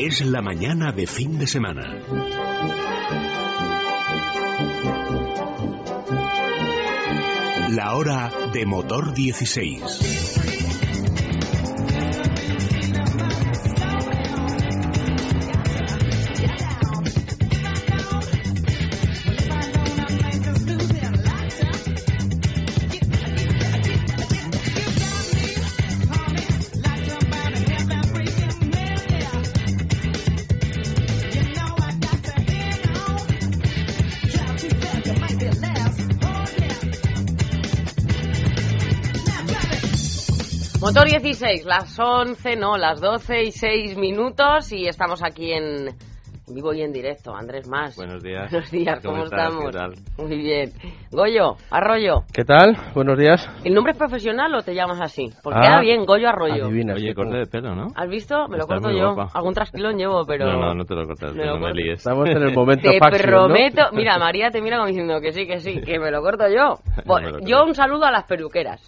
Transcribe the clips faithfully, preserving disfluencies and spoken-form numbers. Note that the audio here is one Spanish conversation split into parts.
Es la mañana de fin de semana. La hora de Motor dieciséis. Motor dieciséis, las once, no, las doce y seis minutos y estamos aquí en vivo y en directo. Andrés Mas. Buenos días. Buenos días, ¿cómo, ¿cómo estás? estamos? ¿Qué tal? Muy bien. Goyo Arroyo. ¿Qué tal? Buenos días. ¿El nombre es profesional o te llamas así? Porque ah, queda bien, Goyo Arroyo. Adivina, Oye, corte de pelo, ¿no? ¿Has visto? Me lo Estás corto muy yo. guapa. Algún trasquilón llevo, pero... No, no, no te lo cortas, me lo no me corto. líes. Estamos en el momento Te faction, prometo... ¿no? Mira, María te mira como diciendo que sí, que sí, que me lo corto yo. Bueno, lo yo un saludo a las peluqueras.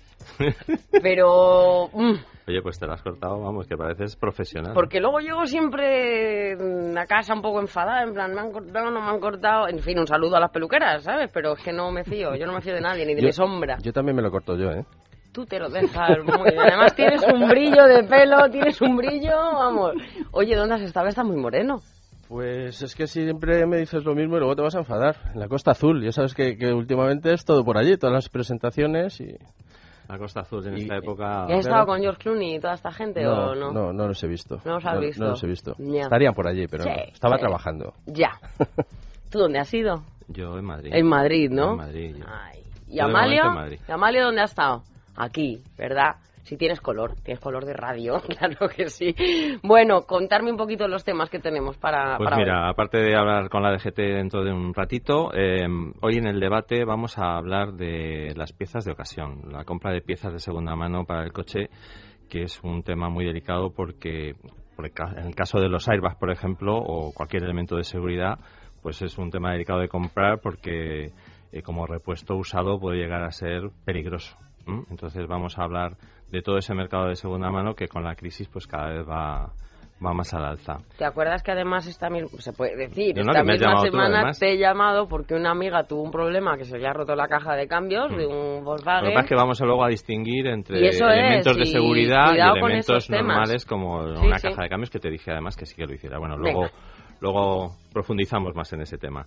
Pero... Mm, Oye, pues te lo has cortado, vamos, que pareces profesional. porque luego llego siempre a casa un poco enfadada, en plan, me han cortado, no me han cortado... En fin, un saludo a las peluqueras, ¿sabes? Pero es que no me fío, yo no me fío de nadie, ni de Yo- mi sombra. Yo también me lo corto yo, ¿eh? Tú te lo dejas muy bien. Además tienes un brillo de pelo, tienes un brillo, vamos. Oye, ¿dónde has estado? Estás muy moreno. Pues es que siempre me dices lo mismo y luego te vas a enfadar. En la Costa Azul, ya sabes que, que últimamente es todo por allí, todas las presentaciones y... La Costa Azul en Y- esta época... ¿Y has estado con George Clooney y toda esta gente o no? no, no los he visto. No los has visto. No los he visto. Ya. Estarían por allí, pero Sí, no. Estaba sí. trabajando. Ya. ¿Tú dónde has ido? Yo en Madrid. En Madrid, ¿no? En Madrid, yo. Ay. ¿Y Yo de Amalio? momento en Madrid. ¿Y Amalio dónde ha estado? Aquí, ¿verdad? Sí tienes color, tienes color de radio, claro que sí. Bueno, contarme un poquito los temas que tenemos para, Pues para mira, hoy. aparte de hablar con la D G T dentro de un ratito, eh, hoy en el debate vamos a hablar de las piezas de ocasión, la compra de piezas de segunda mano para el coche, que es un tema muy delicado porque, por el ca- en el caso de los airbags, por ejemplo, o cualquier elemento de seguridad, pues es un tema delicado de comprar porque eh, como repuesto usado puede llegar a ser peligroso. ¿m? Entonces vamos a hablar de todo ese mercado de segunda mano que con la crisis pues cada vez va, va más al alza. ¿Te acuerdas que además esta misma, se puede decir, No, no, esta que me has misma llamado tú, semana además. te he llamado porque una amiga tuvo un problema que se le ha roto la caja de cambios de un Lo Volkswagen? que pasa es que vamos luego a distinguir entre Y eso es, elementos de y seguridad y cuidado con elementos esos temas. normales como Sí, una sí. caja de cambios, que te dije además que sí que lo hiciera. Bueno, luego, Venga. luego profundizamos más en ese tema.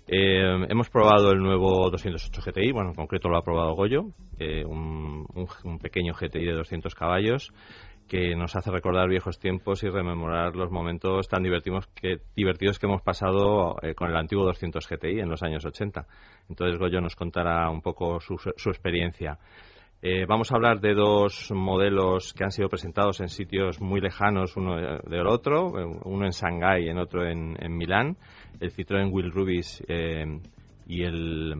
Eh, hemos probado el nuevo doscientos ocho G T I, bueno, en concreto lo ha probado Goyo, eh, un, un, un pequeño G T I de doscientos caballos que nos hace recordar viejos tiempos y rememorar los momentos tan divertidos que, divertidos que hemos pasado eh, con el antiguo doscientos G T I en los años ochenta. Entonces Goyo nos contará un poco su, su experiencia. Eh, vamos a hablar de dos modelos que han sido presentados en sitios muy lejanos uno del otro, uno en Shanghái y en otro en, en Milán, el Citroën Will Rubis eh, y el,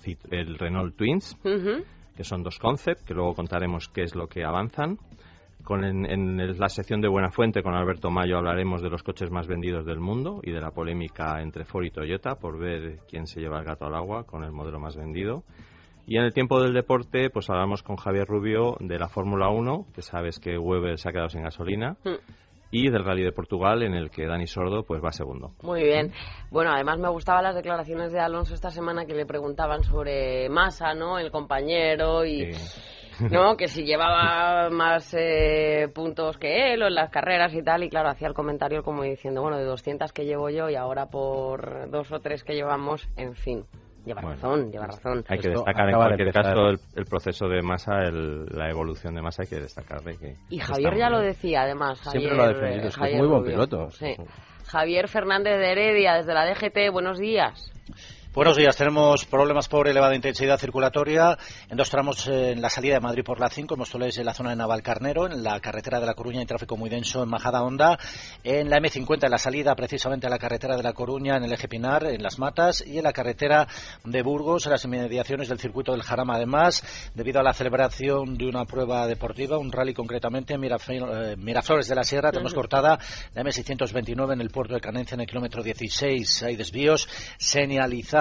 el Renault Twins, Ujú. que son dos concept, que luego contaremos qué es lo que avanzan. Con en, en la sección de Buenafuente, con Alberto Mayo, hablaremos de los coches más vendidos del mundo y de la polémica entre Ford y Toyota por ver quién se lleva el gato al agua con el modelo más vendido. Y en el tiempo del deporte, pues hablamos con Javier Rubio de la Fórmula uno, que sabes que Weber se ha quedado sin gasolina, Mm. y del Rally de Portugal, en el que Dani Sordo pues va segundo. Muy bien. Bueno, además me gustaban las declaraciones de Alonso esta semana que le preguntaban sobre Massa, ¿no? El compañero y... Eh, ¿no? Que si llevaba más eh, puntos que él o en las carreras y tal, y claro, hacía el comentario como diciendo, bueno, de doscientas que llevo yo y ahora por dos o tres que llevamos, en fin, lleva Bueno, razón, lleva razón. Hay que Esto destacar en acaba de cualquier empezar. caso el, el proceso de Massa, el- la evolución de Massa, hay que destacarle que Y está Javier muy ya lo bien. decía, además. Siempre Javier, lo ha defendido, eh, es que es Javier muy buen Rubio. piloto. Sí. Javier Fernández de Heredia, desde la D G T, buenos días. Buenos días. Tenemos problemas por elevada intensidad circulatoria en dos tramos eh, en la salida de Madrid por la cinco, en Móstoles, en la zona de Navalcarnero, en la carretera de La Coruña hay tráfico muy denso en Majadahonda, en la eme cincuenta en la salida precisamente a la carretera de La Coruña en el eje Pinar, en Las Matas, y en la carretera de Burgos, en las inmediaciones del circuito del Jarama. Además, debido a la celebración de una prueba deportiva, un rally concretamente en Mirafl- eh, Miraflores de la Sierra, tenemos Ujú. cortada la eme seiscientos veintinueve en el puerto de Canencia en el kilómetro dieciséis. Hay desvíos señalizados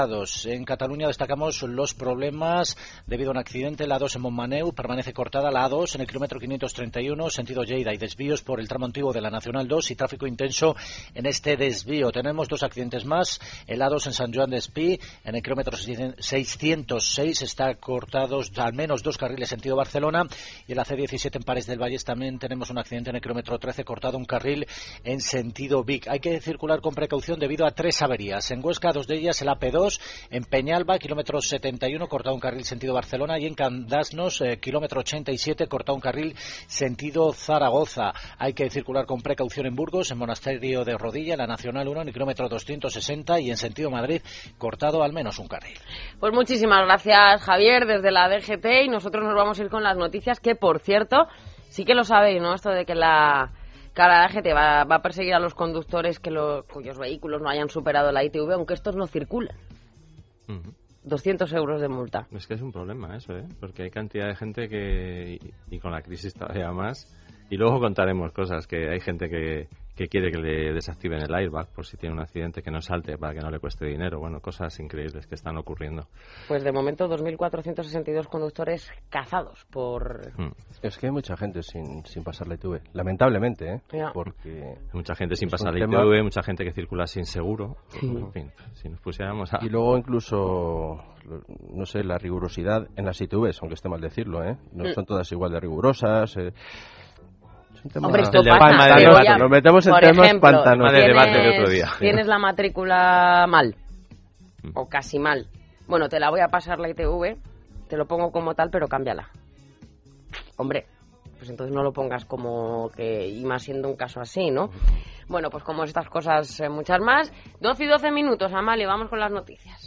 cortados. En Cataluña destacamos los problemas debido a un accidente. La A dos en Montmaneu permanece cortada. La A dos en el kilómetro quinientos treinta y uno, sentido Lleida, y desvíos por el tramo antiguo de la Nacional dos y tráfico intenso en este desvío. Tenemos dos accidentes más. El A dos en San Joan d'Espí, en el kilómetro seiscientos seis, está cortados al menos dos carriles sentido Barcelona. Y en la C diecisiete en Pares del Valles también tenemos un accidente en el kilómetro trece, cortado un carril en sentido Vic. Hay que circular con precaución debido a tres averías. En Huesca, dos de ellas, el A P dos, en Peñalba, kilómetro setenta y uno, cortado un carril sentido Barcelona, y en Candasnos, eh, kilómetro ochenta y siete, cortado un carril sentido Zaragoza. Hay que circular con precaución en Burgos, en Monasterio de Rodilla, en la Nacional uno, en el kilómetro doscientos sesenta, y en sentido Madrid, cortado al menos un carril. Pues muchísimas gracias, Javier, desde la D G T, y nosotros nos vamos a ir con las noticias, que por cierto, sí que lo sabéis, ¿no? Esto de que la... que ahora la D G T va, va a perseguir a los conductores que lo, cuyos vehículos no hayan superado la I T V, aunque estos no circulan. Uh-huh. doscientos euros de multa. Es que es un problema eso, ¿eh? Porque hay cantidad de gente que, y, y con la crisis todavía más, y luego contaremos cosas, que hay gente que, que quiere que le desactiven el airbag por si tiene un accidente, que no salte para que no le cueste dinero. Bueno, cosas increíbles que están ocurriendo. Pues de momento dos mil cuatrocientos sesenta y dos conductores cazados por... Hmm. Es que hay mucha gente sin, sin pasar la I T V, lamentablemente, ¿eh? Ya. Porque hay mucha gente sin pasar la I T V, mucha gente que circula sin seguro. Sí. En fin, si nos pusiéramos a... Y luego incluso, no sé, la rigurosidad en las I T Vs, aunque esté mal decirlo, ¿eh? No mm. son todas igual de rigurosas, eh. Tema... Hombre, esto pasa. De debate. Nos metemos en por temas ejemplo, pantanos de debate de otro día. Tienes la matrícula mal, o casi mal. Bueno, te la voy a pasar la I T V, te lo pongo como tal, pero cámbiala. Hombre, pues entonces no lo pongas como que, y más siendo un caso así, ¿no? Bueno, pues como estas cosas, eh, muchas más. doce y doce minutos, Amalia, vamos con las noticias.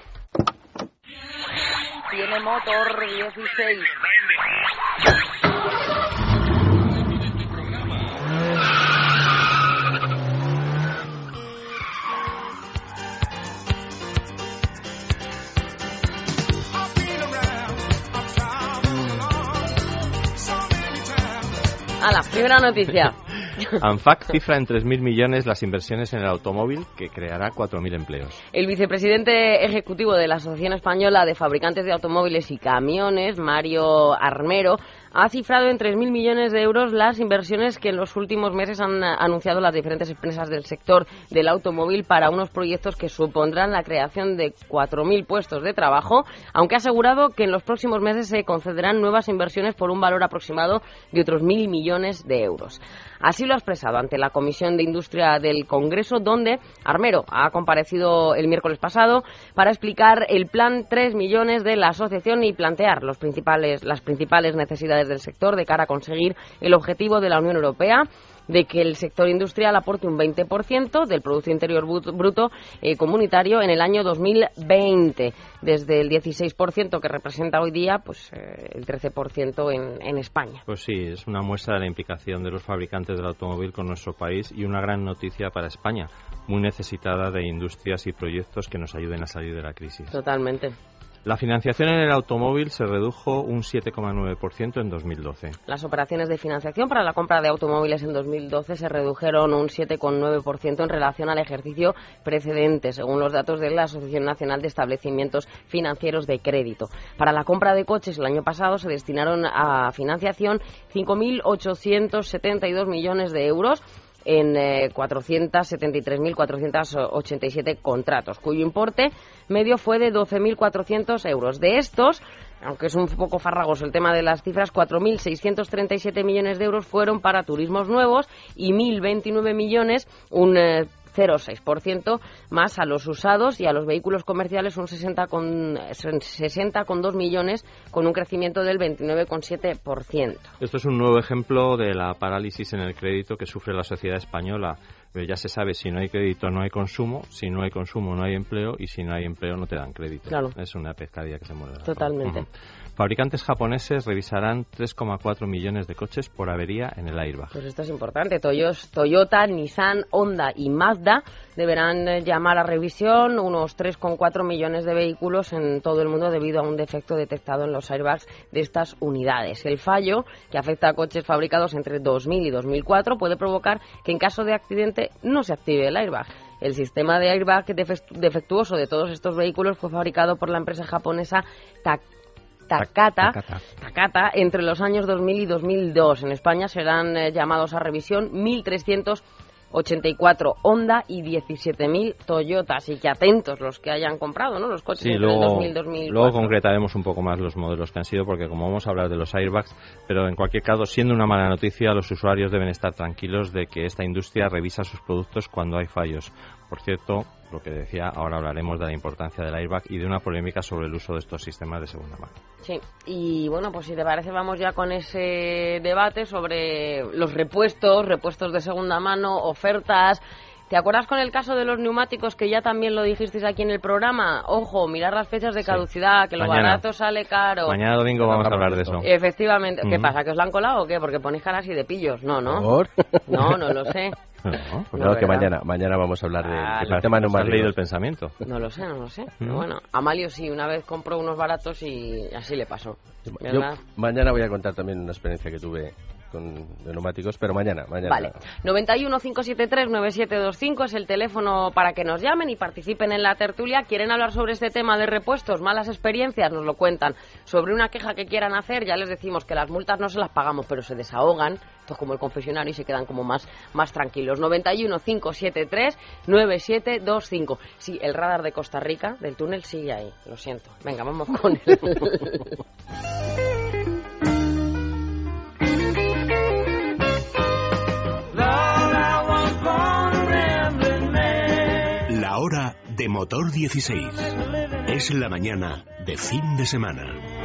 Tiene motor dieciséis. A la primera noticia. ANFAC cifra en tres mil millones las inversiones en el automóvil, que creará cuatro mil empleos. El vicepresidente ejecutivo de la Asociación Española de Fabricantes de Automóviles y Camiones, Mario Armero, ha cifrado en tres mil millones de euros las inversiones que en los últimos meses han anunciado las diferentes empresas del sector del automóvil para unos proyectos que supondrán la creación de cuatro mil puestos de trabajo, aunque ha asegurado que en los próximos meses se concederán nuevas inversiones por un valor aproximado de otros mil millones de euros. Así lo ha expresado ante la Comisión de Industria del Congreso, donde Armero ha comparecido el miércoles pasado para explicar el plan tres millones de la asociación y plantear los principales, las principales necesidades del sector de cara a conseguir el objetivo de la Unión Europea de que el sector industrial aporte un veinte por ciento del Producto Interior Bruto eh, comunitario en el año dos mil veinte, desde el dieciséis por ciento que representa hoy día, pues eh, el trece por ciento en, en España. Pues sí, es una muestra de la implicación de los fabricantes del automóvil con nuestro país y una gran noticia para España, muy necesitada de industrias y proyectos que nos ayuden a salir de la crisis. Totalmente. La financiación en el automóvil se redujo un siete coma nueve por ciento en dos mil doce. Las operaciones de financiación para la compra de automóviles en dos mil doce se redujeron un siete coma nueve por ciento en relación al ejercicio precedente, según los datos de la Asociación Nacional de Establecimientos Financieros de Crédito. Para la compra de coches el año pasado se destinaron a financiación cinco mil ochocientos setenta y dos millones de euros, en eh, cuatrocientos setenta y tres mil cuatrocientos ochenta y siete contratos, cuyo importe medio fue de doce mil cuatrocientos euros. De estos, aunque es un poco farragoso el tema de las cifras, cuatro mil seiscientos treinta y siete millones de euros fueron para turismos nuevos y mil veintinueve millones, un eh, cero coma seis por ciento más a los usados, y a los vehículos comerciales un sesenta coma dos millones, con un crecimiento del veintinueve coma siete por ciento. Esto es un nuevo ejemplo de la parálisis en el crédito que sufre la sociedad española. Pero ya se sabe, si no hay crédito no hay consumo, si no hay consumo no hay empleo, y si no hay empleo no te dan crédito. Claro. Es una pescadilla que se muere. Totalmente. Uh-huh. Fabricantes japoneses revisarán tres coma cuatro millones de coches por avería en el airbag. Pues esto es importante. Toyota, Nissan, Honda y Mazda deberán llamar a revisión unos tres coma cuatro millones de vehículos en todo el mundo debido a un defecto detectado en los airbags de estas unidades. El fallo, que afecta a coches fabricados entre dos mil y dos mil cuatro, puede provocar que en caso de accidente no se active el airbag. El sistema de airbag defectuoso de todos estos vehículos fue fabricado por la empresa japonesa Tak Takata, Takata. Takata entre los años dos mil y dos mil dos. En España serán eh, llamados a revisión mil trescientos ochenta y cuatro Honda y diecisiete mil Toyota. Así que atentos los que hayan comprado, ¿no? Los coches Sí, entre luego, el dos mil y dos mil cuatro. luego concretaremos un poco más los modelos que han sido, porque como vamos a hablar de los airbags, pero en cualquier caso, siendo una mala noticia, los usuarios deben estar tranquilos de que esta industria revisa sus productos cuando hay fallos. Por cierto, lo que decía, ahora hablaremos de la importancia del airbag y de una polémica sobre el uso de estos sistemas de segunda mano. Sí, y bueno, pues si te parece vamos ya con ese debate sobre los repuestos, repuestos de segunda mano, ofertas. ¿Te acuerdas con el caso de los neumáticos, que ya también lo dijisteis aquí en el programa? Ojo, mirar las fechas de caducidad, sí. Que lo Mañana. barato sale caro. Mañana domingo vamos a hablar de eso. Efectivamente. ¿Qué Mm. pasa, que os la han colado o qué? Porque ponéis caras y de pillos. No, ¿no? ¿Por? No, no lo sé. No, Pues No, no, que ¿verdad? mañana, mañana vamos a hablar de- Vale. del tema ¿Has neumático. leído el pensamiento? No lo sé, no lo sé. Pero ¿No? bueno, Amalio sí, una vez compró unos baratos y así le pasó. Yo ¿Verdad? mañana voy a contar también una experiencia que tuve con de neumáticos, pero mañana, mañana. Vale. noventa y uno, cinco siete tres, nueve siete dos cinco es el teléfono para que nos llamen y participen en la tertulia. ¿Quieren hablar sobre este tema de repuestos? ¿Malas experiencias? Nos lo cuentan. Sobre una queja que quieran hacer, ya les decimos que las multas no se las pagamos, pero se desahogan. Esto es como el confesionario y se quedan como más, más tranquilos. noventa y uno, cinco siete tres, nueve siete dos cinco. Sí, el radar de Costa Rica, del túnel, sigue ahí. Lo siento. Venga, vamos con él. La hora de Motor dieciséis. Es la mañana de fin de semana.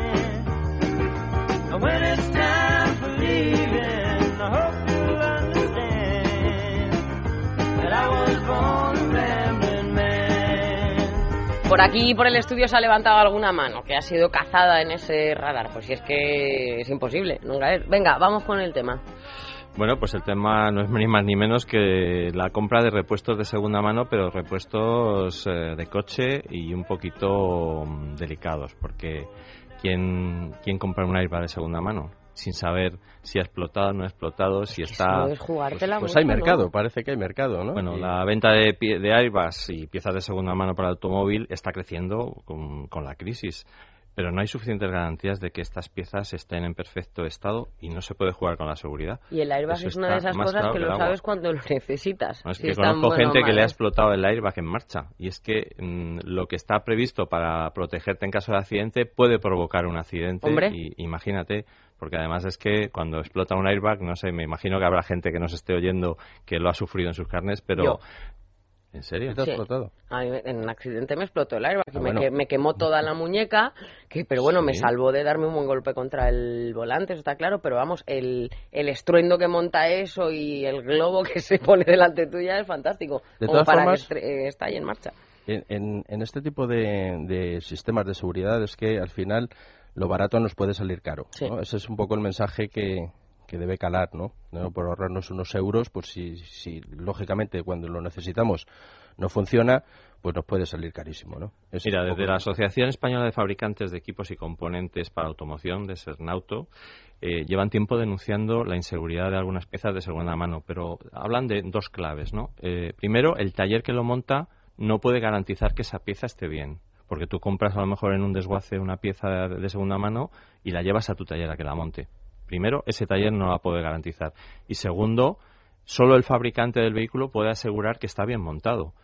Por aquí, por el estudio, se ha levantado alguna mano que ha sido cazada en ese radar. Pues si es que es imposible, nunca es. Venga, vamos con el tema. Bueno, pues el tema no es ni más ni menos que la compra de repuestos de segunda mano, pero repuestos eh, de coche y un poquito mm, delicados, porque ¿quién, ¿quién compra un airbag de segunda mano? Sin saber si ha explotado o no ha explotado, si está... Eso es jugártela Pues mucho, hay ¿no? mercado, parece que hay mercado, ¿no? Bueno, Y- la venta de, pie- de airbags y piezas de segunda mano para el automóvil está creciendo con, con la crisis, pero no hay suficientes garantías de que estas piezas estén en perfecto estado y no se puede jugar con la seguridad. Y el airbag Eso es una de está esas más cosas claro que que lo el agua. sabes cuando lo necesitas. No, es Si que es tan conozco bueno o gente que le ha malo. explotado el airbag en marcha y es que mm, lo que está previsto para protegerte en caso de accidente puede provocar un accidente. Hombre. Y imagínate, porque además es que cuando explota un airbag, no sé, me imagino que habrá gente que nos esté oyendo que lo ha sufrido en sus carnes, pero... Yo. ¿En serio? ¿Te ha Sí. explotado? A mí, en un accidente me explotó el airbag y Ah, me, bueno. que- me quemó toda la muñeca, que pero bueno, me Sí. salvó de darme un buen golpe contra el volante, eso está claro, pero vamos, el, el estruendo que monta eso y el globo que se pone delante tuya es fantástico, De como todas para formas- que estre- eh, estalle en marcha. En, en- en este tipo de, de sistemas de seguridad es que al final lo barato nos puede salir caro, Sí. ¿no? Ese es un poco el mensaje que, que debe calar, ¿no? ¿No? Por ahorrarnos unos euros, pues si, si lógicamente cuando lo necesitamos no funciona, pues nos puede salir carísimo, ¿no? Ese Mira, es un desde poco- la Asociación Española de Fabricantes de Equipos y Componentes para Automoción, de Sernauto, eh, llevan tiempo denunciando la inseguridad de algunas piezas de segunda mano, pero hablan de dos claves, ¿no? Eh, primero, el taller que lo monta no puede garantizar que esa pieza esté bien, porque tú compras a lo mejor en un desguace una pieza de, de segunda mano y la llevas a tu taller a que la monte. Primero, ese taller no la puede garantizar. Y segundo, solo el fabricante del vehículo puede asegurar que está bien montado,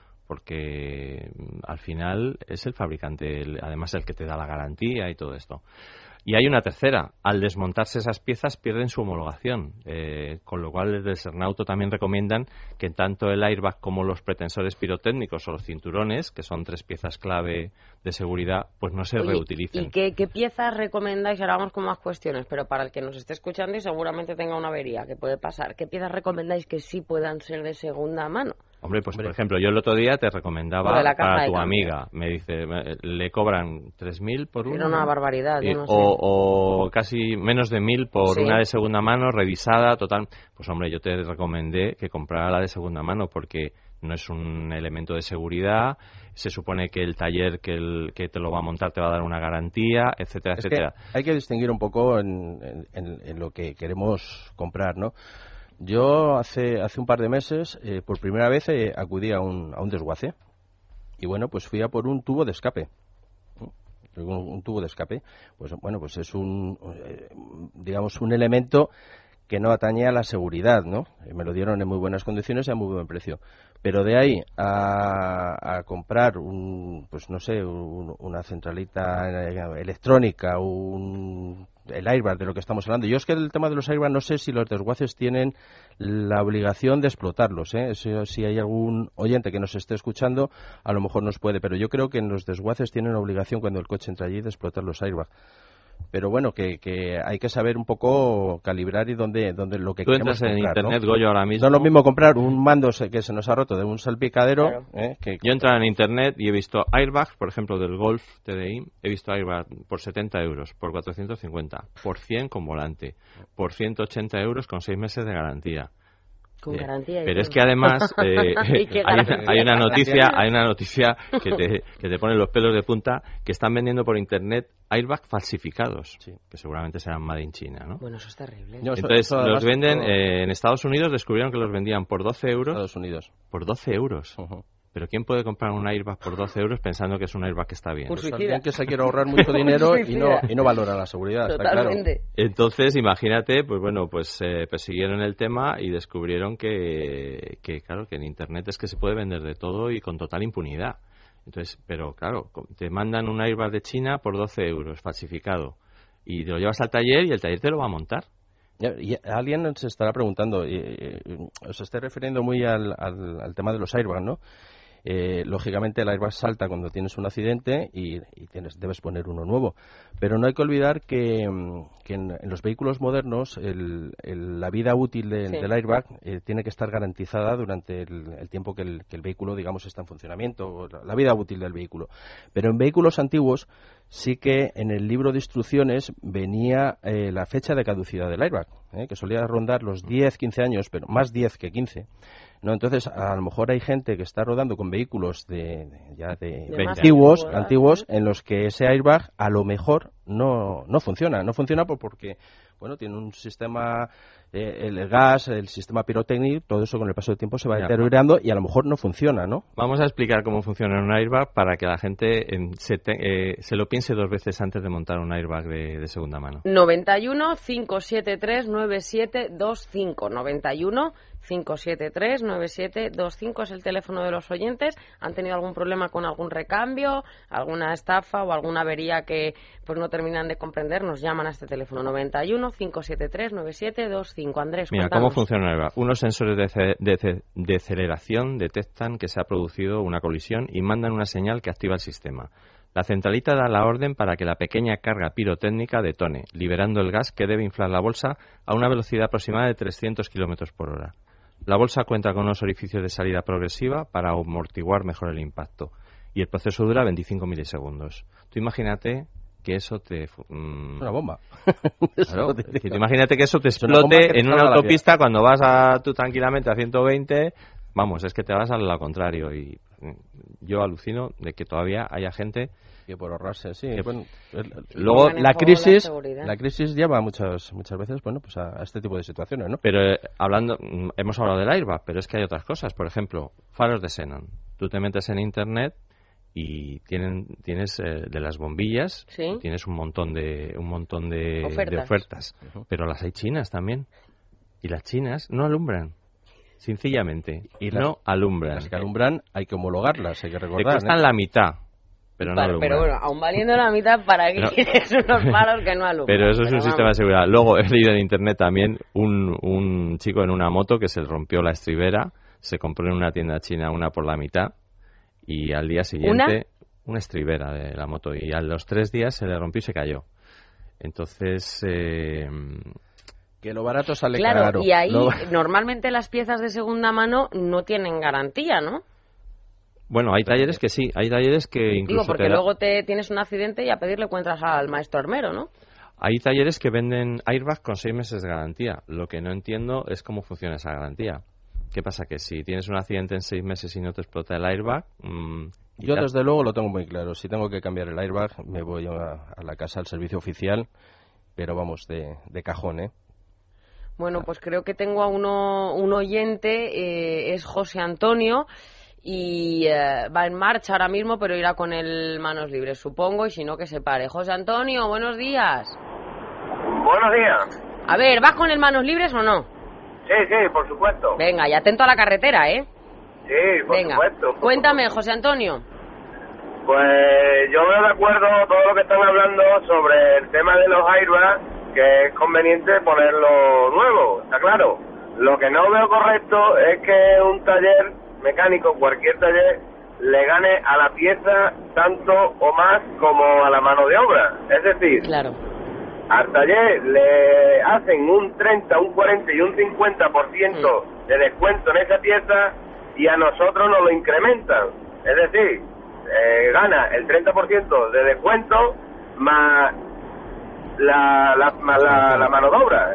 porque mm, al final es el fabricante, el- además el que te da la garantía y todo esto. Y hay una tercera, al desmontarse esas piezas pierden su homologación, eh, con lo cual desde el Sernauto también recomiendan que tanto el airbag como los pretensores pirotécnicos o los cinturones, que son tres piezas clave de seguridad, pues no se Oye, reutilicen. ¿y qué, qué piezas recomendáis? Ahora vamos con más cuestiones, pero para el que nos esté escuchando y seguramente tenga una avería que puede pasar, ¿qué piezas recomendáis que sí puedan ser de segunda mano? Hombre, pues por ejemplo, yo el otro día te recomendaba Lo de la caja para de tu cambio. amiga, me dice, me- le cobran tres mil por una. Era una barbaridad, yo Y- no sé. o, o casi menos de mil por Sí. una de segunda mano, revisada, total. Pues hombre, yo te recomendé que comprara la de segunda mano porque no es un elemento de seguridad, se supone que el taller que, el, que te lo va a montar te va a dar una garantía, etcétera, Es que etcétera. hay que distinguir un poco en, en- en- en lo que queremos comprar, ¿no? Yo hace hace un par de meses, eh, por primera vez, eh, acudí a un, a un desguace. Y bueno, pues fui a por un tubo de escape. Un, un tubo de escape. Pues bueno, pues es un, eh, digamos, un elemento que no atañe a la seguridad, ¿no? Me lo dieron en muy buenas condiciones y a muy buen precio. Pero de ahí a, a comprar un, pues no sé, un, una centralita electrónica, un, el airbag de lo que estamos hablando. Yo es que el tema de los airbags no sé si los desguaces tienen la obligación de explotarlos, ¿eh? Si, si hay algún oyente que nos esté escuchando, a lo mejor nos puede, pero yo creo que en los desguaces tienen la obligación cuando el coche entra allí de explotar los airbags. Pero bueno, que, que hay que saber un poco calibrar y dónde, dónde lo que Tú queremos entras en comprar, internet, ¿no? Goyo, ahora mismo. No es lo mismo comprar un mando que se nos ha roto de un salpicadero. Claro. ¿eh? que, Yo he entrado en internet y he visto airbags, por ejemplo, del Golf T D I. He visto airbags por setenta euros, por cuatrocientos cincuenta, por cien con volante, por ciento ochenta euros con seis meses de garantía. Con Eh, garantía. y pero todo. es que además eh, ¿Y qué hay, una, garantía? hay una noticia, hay una noticia que te, que te pone los pelos de punta, que están vendiendo por internet airbags falsificados, Sí. que seguramente serán made in China, ¿no? Bueno, eso es terrible. No, eso- Entonces eso los además venden todo- eh, en Estados Unidos, descubrieron que los vendían por doce euros, Estados Unidos. por doce euros. Uh-huh. Pero ¿quién puede comprar un airbag por doce euros pensando que es un airbag que está bien? Un Pues suicida. alguien que se quiere ahorrar mucho dinero y no, Suicida. y no valora la seguridad, está claro. Totalmente. Entonces, imagínate, pues bueno, pues eh, persiguieron el tema y descubrieron que, que, claro, que en Internet es que se puede vender de todo y con total impunidad. Entonces, pero claro, co- te mandan un airbag de China por doce euros, falsificado, y te lo llevas al taller y el taller te lo va a montar. Ya- y alguien se estará preguntando, eh, eh, os estoy refiriendo muy al, al, al tema de los airbags, ¿no? Eh, lógicamente el airbag salta cuando tienes un accidente y, y tienes, debes poner uno nuevo. Pero no hay que olvidar que, mm, que en, en los vehículos modernos el, el- la vida útil de- Sí. del airbag eh, tiene que estar garantizada durante el, el tiempo que el, que el vehículo, digamos, está en funcionamiento, o la, la vida útil del vehículo. Pero en vehículos antiguos sí que en el libro de instrucciones venía eh, la fecha de caducidad del airbag, eh, que solía rondar los diez, quince años, pero más diez que quince. ¿No? Entonces, a lo mejor hay gente que está rodando con vehículos de, de- ya de, De más antiguos, antigüedad, antiguos ¿no? en los que ese airbag a lo mejor no, no funciona. No funciona por- porque, bueno, tiene un sistema, eh, el gas, el sistema pirotécnico, todo eso con el paso del tiempo se va Ya. deteriorando y a lo mejor no funciona, ¿no? Vamos a explicar cómo funciona un airbag para que la gente em, se, te- eh, se lo piense dos veces antes de montar un airbag de, de segunda mano. noventa y uno, cinco siete tres, nueve siete dos cinco. noventa y uno, cinco siete tres, nueve siete dos cinco es el teléfono de los oyentes. ¿Han tenido algún problema con algún recambio, alguna estafa o alguna avería que pues no terminan de comprender? Nos llaman a este teléfono noventa y uno, cinco siete tres, nueve siete dos cinco. Andrés, Mira, cuéntanos. ¿cómo funciona un airbag? Unos sensores de, ce- de ce- de aceleración detectan que se ha producido una colisión y mandan una señal que activa el sistema. La centralita da la orden para que la pequeña carga pirotécnica detone, liberando el gas que debe inflar la bolsa a una velocidad aproximada de trescientos kilómetros por hora. La bolsa cuenta con unos orificios de salida progresiva para amortiguar mejor el impacto y el proceso dura veinticinco milisegundos. Tú imagínate que eso te... fu- mm, Una bomba. Claro, Eso te es decir, digo. imagínate que eso te Es una bomba explote que te en una salva la autopista cuando vas a tú tranquilamente a ciento veinte. Vamos, es que te vas a lo contrario. Y mm, yo alucino de que todavía haya gente. Que por ahorrarse, sí. Que- bueno, el- Luego, Pongan en la juego crisis, la seguridad. la crisis lleva muchas muchas veces, bueno, pues a, a este tipo de situaciones, ¿no? Pero eh, hablando, mm, hemos hablado del airbag, pero es que hay otras cosas. Por ejemplo, faros de xenón. Tú te metes en internet y tienen, tienes eh, de las bombillas, Sí. y tienes un montón de un montón de Ofertas. de ofertas. Pero las hay chinas también. Y las chinas no alumbran. Sencillamente. Y las- no alumbran. Las que alumbran hay que homologarlas, hay que Te recordar. cuestan ¿eh? la mitad, pero no Para- alumbran. pero bueno, aún valiendo la mitad, ¿para qué No. quieres unos faros que no alumbran? Pero eso es un vamos. sistema de seguridad. Luego he leído en internet también un, un chico en una moto que se rompió la estribera, se compró en una tienda china una por la mitad y al día siguiente una estribera de la moto y a los tres días se le rompió y se cayó. Entonces, eh, Que lo barato sale Claro, caro. y ahí Lo- normalmente las piezas de segunda mano no tienen garantía, ¿no? bueno, hay talleres que sí, hay talleres que incluso Digo, porque te da- luego te tienes un accidente y a pedirle cuentas al maestro armero, ¿no? hay talleres que venden airbags con seis meses de garantía. Lo que no entiendo es cómo funciona esa garantía. ¿Qué pasa? Que si tienes un accidente en seis meses y no te explota el airbag... mm, y Yo tal- desde luego lo tengo muy claro. Si tengo que cambiar el airbag, me voy a, a la casa al servicio oficial, pero vamos, de, de cajón, ¿eh? Bueno, pues creo que tengo a uno, un oyente, eh, es José Antonio, y eh, va en marcha ahora mismo, pero irá con el manos libres, supongo, y si no, que se pare. José Antonio, buenos días. Buenos días. A ver, ¿vas con el manos libres o no? Sí, sí, por supuesto. Venga, y atento a la carretera, ¿eh? Sí, por Venga, supuesto. cuéntame, José Antonio. Pues yo veo de acuerdo todo lo que están hablando sobre el tema de los airbags, que es conveniente ponerlo nuevo, está claro. Lo que no veo correcto es que un taller mecánico, cualquier taller, le gane a la pieza tanto o más como a la mano de obra. Es decir, claro, al taller le hacen un treinta, un cuarenta y un cincuenta por ciento mm. de descuento en esa pieza y a nosotros nos lo incrementan. Es decir, eh, gana el treinta por ciento de descuento más la, la, más la, la mano de obra.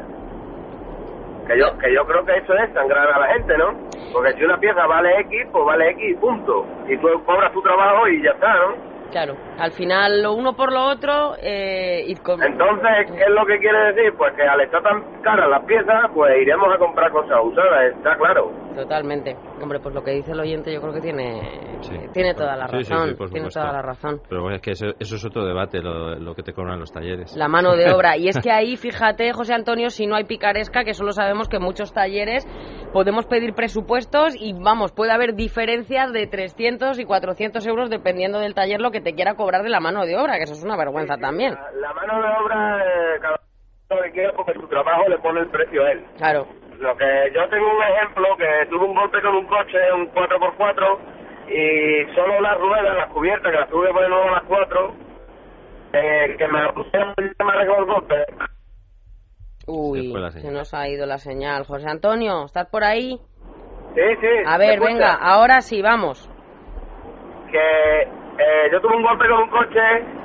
Que yo, que yo creo que eso es sangrar a la gente, ¿no? Porque si una pieza vale X, pues vale X, punto. Y tú cobras tu trabajo y ya está, ¿no? Claro, al final lo uno por lo otro, eh, ir con... Entonces, ¿qué es lo que quiere decir? Pues que al estar tan caras las piezas, pues iremos a comprar cosas usadas, está claro. Totalmente. Hombre, pues lo que dice el oyente yo creo que tiene sí, tiene toda la razón, sí, sí, sí, tiene toda la razón. Pero bueno, es que eso, eso es otro debate, lo, lo que te cobran los talleres. La mano de obra. Y es que ahí, fíjate, José Antonio, si no hay picaresca, que solo sabemos que muchos talleres podemos pedir presupuestos y, vamos, puede haber diferencias de trescientos y cuatrocientos euros dependiendo del taller lo que te quiera cobrar de la mano de obra, que eso es una vergüenza sí, también. La, la mano de obra, eh, cada uno que quiera, porque su trabajo le pone el precio a él. Claro. Lo que yo tengo un ejemplo, que tuve un golpe con un coche, un cuatro por cuatro, y solo las ruedas, las cubiertas, que las tuve por de nuevo a las cuatro, eh, que me pusieron el tema de el golpe. Uy, se, se nos ha ido la señal. José Antonio, ¿estás por ahí? Sí, sí. A ver, venga, ahora sí, vamos. Que eh, yo tuve un golpe con un coche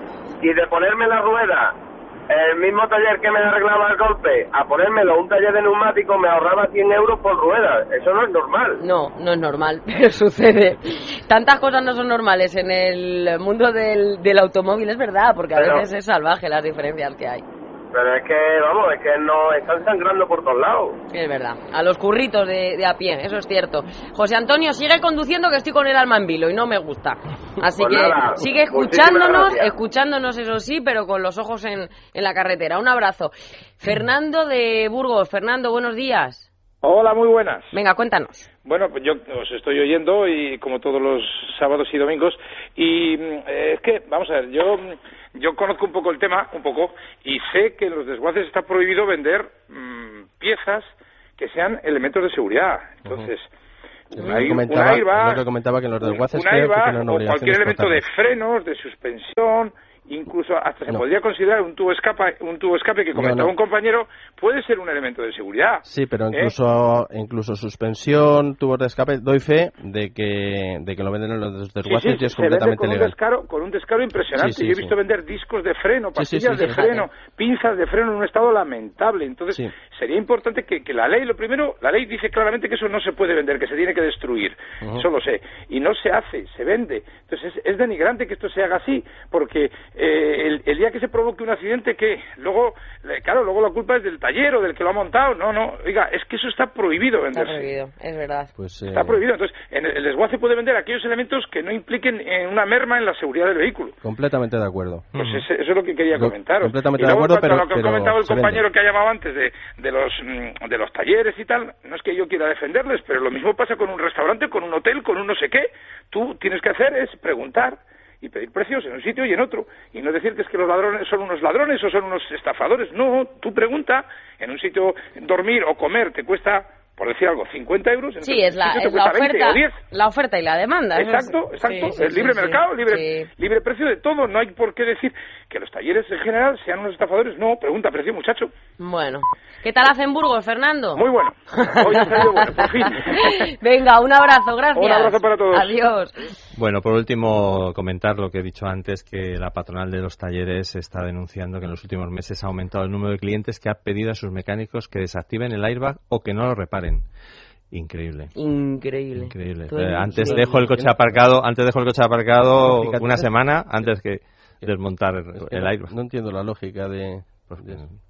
y de ponerme la rueda, el mismo taller que me arreglaba el golpe, a ponérmelo a un taller de neumático me ahorraba cien euros por rueda. Eso no es normal. No, no es normal, pero sucede. Tantas cosas no son normales en el mundo del, del automóvil, es verdad, porque a pero, veces es salvaje las diferencias que hay. Pero es que, vamos, es que no están sangrando por todos lados. Es verdad, a los curritos de, de a pie, eso es cierto. José Antonio, sigue conduciendo que estoy con el alma en vilo y no me gusta. Así pues que nada, sigue escuchándonos, escuchándonos eso sí, pero con los ojos en, en la carretera. Un abrazo. Fernando de Burgos. Fernando, buenos días. Hola, muy buenas. Venga, cuéntanos. Bueno, pues yo os estoy oyendo y como todos los sábados y domingos y eh, es que, vamos a ver, yo yo conozco un poco el tema, un poco, y sé que en los desguaces está prohibido vender mmm, piezas que sean elementos de seguridad. Entonces, uh-huh. un, air, un airbag, lo que comentaba que en los desguaces un airbag que o cualquier elemento de frenos, de suspensión, incluso hasta se no. podría considerar un tubo escape, un tubo escape que comentaba no, no. un compañero, puede ser un elemento de seguridad. Sí, pero incluso ¿eh? incluso suspensión, tubos de escape, doy fe de que de que lo venden en los desguaces sí, sí, y es completamente con legal. Un descaro, con un descaro impresionante. Sí, sí, Yo he visto sí. vender discos de freno, pastillas sí, sí, sí, de sí, freno, sí. pinzas de freno en un estado lamentable. Entonces, sí. sería importante que, que la ley, lo primero, la ley dice claramente que eso no se puede vender, que se tiene que destruir. Uh-huh. Eso lo sé. Y no se hace, se vende. Entonces, es, es denigrante que esto se haga así, porque eh, el, el día que se provoque un accidente, que luego, claro, luego la culpa es del taller o del que lo ha montado. No, no, oiga, es que eso está prohibido venderse. Está prohibido, es verdad. Pues, eh... Está prohibido. Entonces, en el desguace puede vender aquellos elementos que no impliquen en una merma en la seguridad del vehículo. Completamente de acuerdo. Pues uh-huh. ese, eso es lo que quería comentaros. Completamente y luego, de acuerdo, pero lo que ha comentado el compañero vende. que ha llamado antes de, de los de los talleres y tal, no es que yo quiera defenderles, pero lo mismo pasa con un restaurante, con un hotel, con un no sé qué. Tú tienes que hacer es preguntar y pedir precios en un sitio y en otro, y no decir que es que los ladrones son unos ladrones o son unos estafadores. No, tú pregunta, en un sitio dormir o comer te cuesta, por decir algo, cincuenta euros. En sí, es la, es la oferta, la oferta y la demanda. Exacto, es, exacto. Sí, sí, el libre sí, mercado, sí, libre, sí. libre precio de todo. No hay por qué decir que los talleres en general sean unos estafadores. No, pregunta precio, muchacho. Bueno, ¿qué tal hace en Burgos, Fernando? Muy bueno. Hoy ha salido bueno, por fin. Venga, un abrazo, gracias. Un abrazo para todos. Adiós. Bueno, por último, comentar lo que he dicho antes, que la patronal de los talleres está denunciando que en los últimos meses ha aumentado el número de clientes que ha pedido a sus mecánicos que desactiven el airbag o que no lo reparen. Increíble. Increíble. Increíble. Eh, antes dejo el coche aparcado, antes dejo el coche aparcado una semana antes que desmontar el, es que airbag. No entiendo la lógica de... de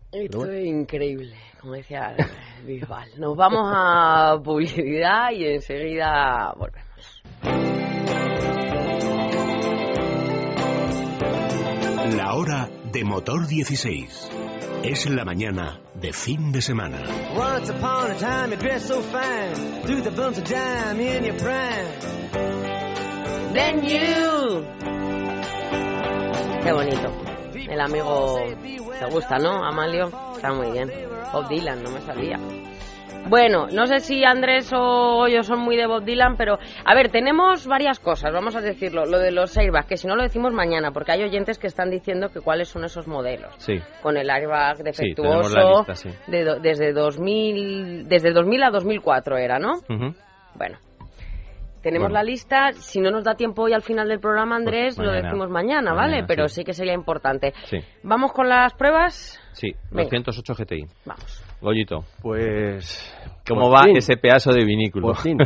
Esto bueno. es increíble, como decía Bisbal. Nos vamos a publicidad y enseguida volvemos. La hora de Motor dieciséis. Es la mañana de fin de semana. Once upon a time you dressed so fine, through the bumps of dime in your prime. Then you. Qué bonito. El amigo te gusta, ¿no, Amalio? Está muy bien. Bob Dylan, no me sabía. Bueno, no sé si Andrés o yo son muy de Bob Dylan, pero a ver, tenemos varias cosas, vamos a decirlo. Lo de los airbags, que si no lo decimos mañana, porque hay oyentes que están diciendo que cuáles son esos modelos. Sí. Con el airbag defectuoso, sí, la lista, sí. de do, desde dos mil, desde dos mil a dos mil cuatro era, ¿no? Uh-huh. Bueno. Tenemos bueno. la lista, si no nos da tiempo hoy al final del programa, Andrés, pues lo decimos mañana, ¿vale? Mañana, pero sí. sí que sería importante. Sí. ¿Vamos con las pruebas? Sí, Venga. doscientos ocho G T I. Vamos. Goyito. Pues... ¿Cómo va fin. ese pedazo de vinículo? Por fin.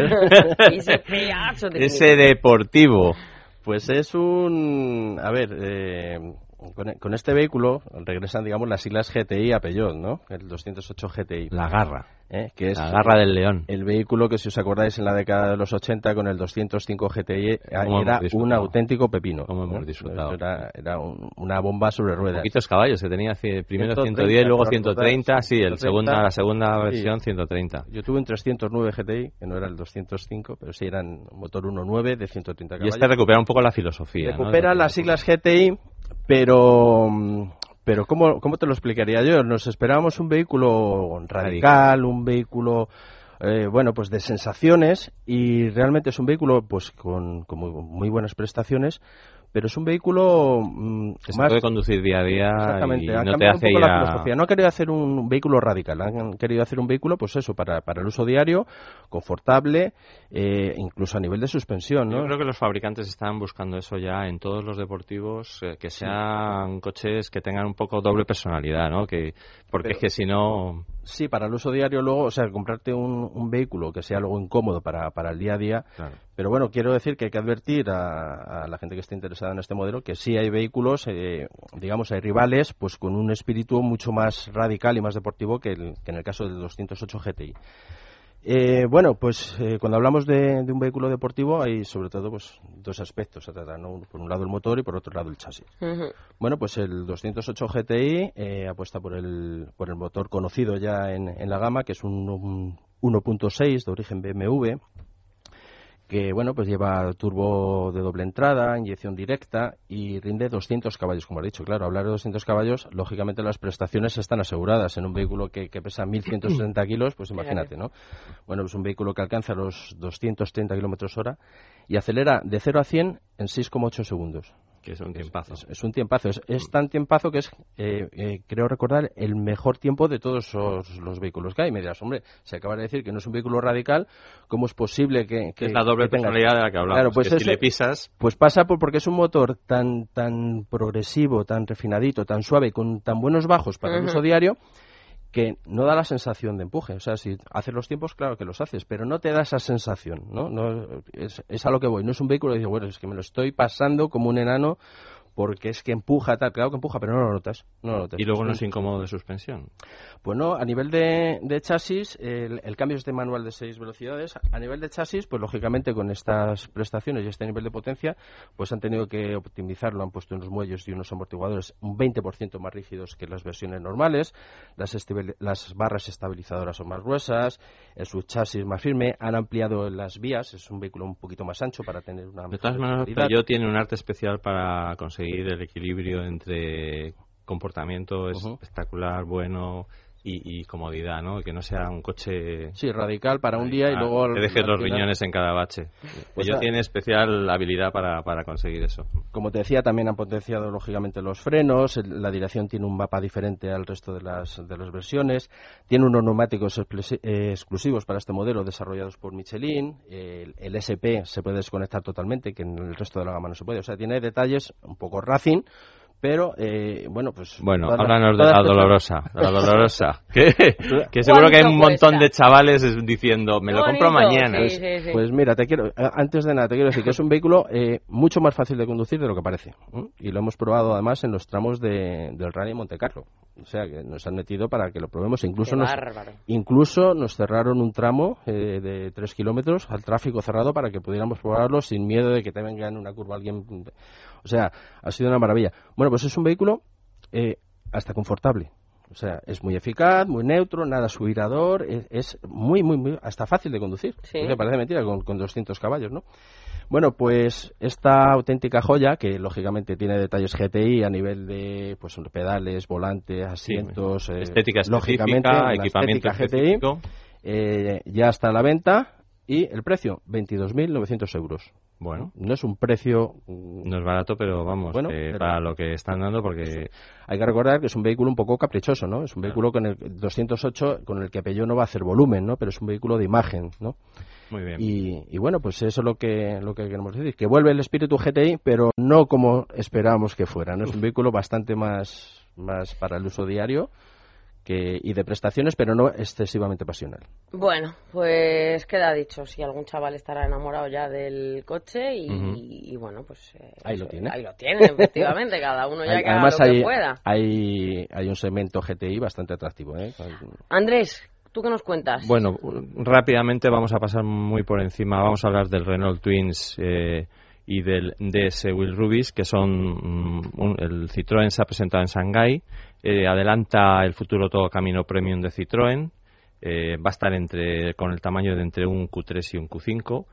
ese pedazo de Ese deportivo. Pues es un... A ver... Eh... Con, con este vehículo regresan, digamos, las siglas G T I a Peugeot, ¿no? El doscientos ocho G T I. La garra. ¿Eh? Que es la garra del león. El vehículo que, si os acordáis, en la década de los ochenta con el doscientos cinco G T I era un auténtico pepino. Como hemos disfrutado. Era, era un, una bomba sobre ruedas. Poquitos caballos, que tenía primero ciento diez, luego ciento treinta, sí, el segunda, la segunda versión sí. ciento treinta. Yo tuve un trescientos nueve G T I, que no era el doscientos cinco, pero sí eran motor uno punto nueve de ciento treinta caballos. Y este recupera un poco la filosofía. Recupera ¿no? las siglas G T I, pero... Pero ¿cómo, ¿cómo te lo explicaría yo? Nos esperábamos un vehículo radical, un vehículo, eh, bueno, pues de sensaciones, y realmente es un vehículo pues con, con muy, muy buenas prestaciones, pero es un vehículo mmm, que más... se puede conducir día a día Exactamente, y ha no te hace un poco ir a... la filosofía. No han querido hacer un vehículo radical, han querido hacer un vehículo, pues eso, para, para el uso diario, confortable, eh, incluso a nivel de suspensión, ¿no? Yo creo que los fabricantes están buscando eso ya en todos los deportivos, eh, que sean sí. coches que tengan un poco doble personalidad, ¿no? Que porque Pero, es que si no... Sí, para el uso diario luego, o sea, comprarte un, un vehículo que sea luego incómodo para, para el día a día. Claro. Pero bueno, quiero decir que hay que advertir a, a la gente que esté interesada en este modelo que sí hay vehículos, eh, digamos, hay rivales, pues con un espíritu mucho más radical y más deportivo que, el, que en el caso del doscientos ocho G T I. Eh, bueno, pues eh, cuando hablamos de, de un vehículo deportivo hay sobre todo pues dos aspectos a tratar, ¿no? Por un lado el motor y por otro lado el chasis. Uh-huh. Bueno, pues el doscientos ocho G T I eh, apuesta por el, por el motor conocido ya en, en la gama, que es un, un uno punto seis de origen B M W, que bueno, pues lleva turbo de doble entrada, inyección directa y rinde doscientos caballos, como he dicho. Claro, hablar de doscientos caballos, lógicamente las prestaciones están aseguradas. En un vehículo que, que pesa mil ciento sesenta kilos, pues imagínate, ¿no? Bueno, es un vehículo que alcanza los doscientos treinta kilómetros hora y acelera de cero a cien en seis coma ocho segundos. Que es un tiempazo. Es, es un tiempazo. Es, es tan tiempazo que es, eh, eh, creo recordar, el mejor tiempo de todos los, los vehículos que hay. Me dirás, hombre, se acaba de decir que no es un vehículo radical, ¿cómo es posible que, que es la doble personalidad de la que hablamos? Claro, pues que ese, si le pisas... Pues pasa por porque es un motor tan tan progresivo, tan refinadito, tan suave, con tan buenos bajos para uh-huh. el uso diario, que no da la sensación de empuje. O sea, si haces los tiempos, claro que los haces, pero no te da esa sensación, ¿no? no es, es a lo que voy. No es un vehículo que dice, bueno, es que me lo estoy pasando como un enano porque es que empuja, tal, claro que empuja, pero no lo notas. No lo notas. ¿Y luego no es incómodo de suspensión? Pues no, a nivel de, de chasis, el, el cambio es de manual de seis velocidades. A nivel de chasis, pues lógicamente con estas prestaciones y este nivel de potencia, pues han tenido que optimizarlo, han puesto unos muelles y unos amortiguadores un veinte por ciento más rígidos que las versiones normales, las, estabil- las barras estabilizadoras son más gruesas, el subchasis más firme, han ampliado las vías, es un vehículo un poquito más ancho para tener una... De todas maneras, Peugeot tiene un arte especial para conseguir el equilibrio entre comportamiento uh-huh. espectacular, bueno y, y comodidad, ¿no? Que no sea un coche... Sí, radical para un día y luego... Que dejes los riñones en cada bache. Pues Peugeot tiene especial habilidad para, para conseguir eso. Como te decía, también han potenciado lógicamente los frenos, el, la dirección tiene un mapa diferente al resto de las, de las versiones, tiene unos neumáticos expl- eh, exclusivos para este modelo desarrollados por Michelin, el, el S P se puede desconectar totalmente, que en el resto de la gama no se puede. O sea, tiene detalles un poco racing, Pero, eh, bueno, pues... Bueno, háblanos de la dolorosa, la dolorosa. que, que seguro que hay un montón de chavales diciendo, me lo compro mañana. Sí, sí, sí. Pues mira, te quiero, antes de nada, te quiero decir que es un vehículo eh, mucho más fácil de conducir de lo que parece. ¿eh? Y lo hemos probado además en los tramos de, del Rally Monte Carlo. O sea, que nos han metido para que lo probemos. Incluso, nos, incluso nos cerraron un tramo eh, de tres kilómetros al tráfico cerrado para que pudiéramos probarlo sin miedo de que te venga en una curva alguien... O sea, ha sido una maravilla. Bueno, pues es un vehículo eh, hasta confortable. O sea, es muy eficaz, muy neutro, nada subirador, es, es muy, muy, muy, hasta fácil de conducir. Sí. Me parece mentira, con, con doscientos caballos, ¿no? Bueno, pues esta auténtica joya, que lógicamente tiene detalles G T I a nivel de pues pedales, volantes, asientos, sí. eh, estética lógicamente, equipamiento estética G T I, eh, ya está a la venta y el precio, veintidós mil novecientos euros. Bueno, no es un precio... No es barato, pero vamos, bueno, eh, pero para lo que están dando, porque... Hay que recordar que es un vehículo un poco caprichoso, ¿no? Es un vehículo con el doscientos ocho con el que Peugeot no va a hacer volumen, ¿no? Pero es un vehículo de imagen, ¿no? Muy bien. Y, y bueno, pues eso es lo que, lo que queremos decir, que vuelve el espíritu G T I, pero no como esperábamos que fuera, ¿no? Es un vehículo bastante más, más para el uso diario, Que, y de prestaciones, pero no excesivamente pasional. Bueno, pues queda dicho, si algún chaval estará enamorado ya del coche y, uh-huh. y, y bueno, pues... Eh, ahí lo tiene. Ahí lo tiene, efectivamente, cada uno ya hay, que haga lo hay, que pueda. Hay, hay un segmento G T I bastante atractivo, ¿eh? Andrés, ¿tú qué nos cuentas? Bueno, rápidamente vamos a pasar muy por encima, vamos a hablar del Renault Twins eh, y del D S Will Rubis, que son... Un, el Citroën se ha presentado en Shanghái. Eh, adelanta el futuro todo camino premium de Citroën, eh, va a estar entre con el tamaño de entre un Q tres y un Q cinco.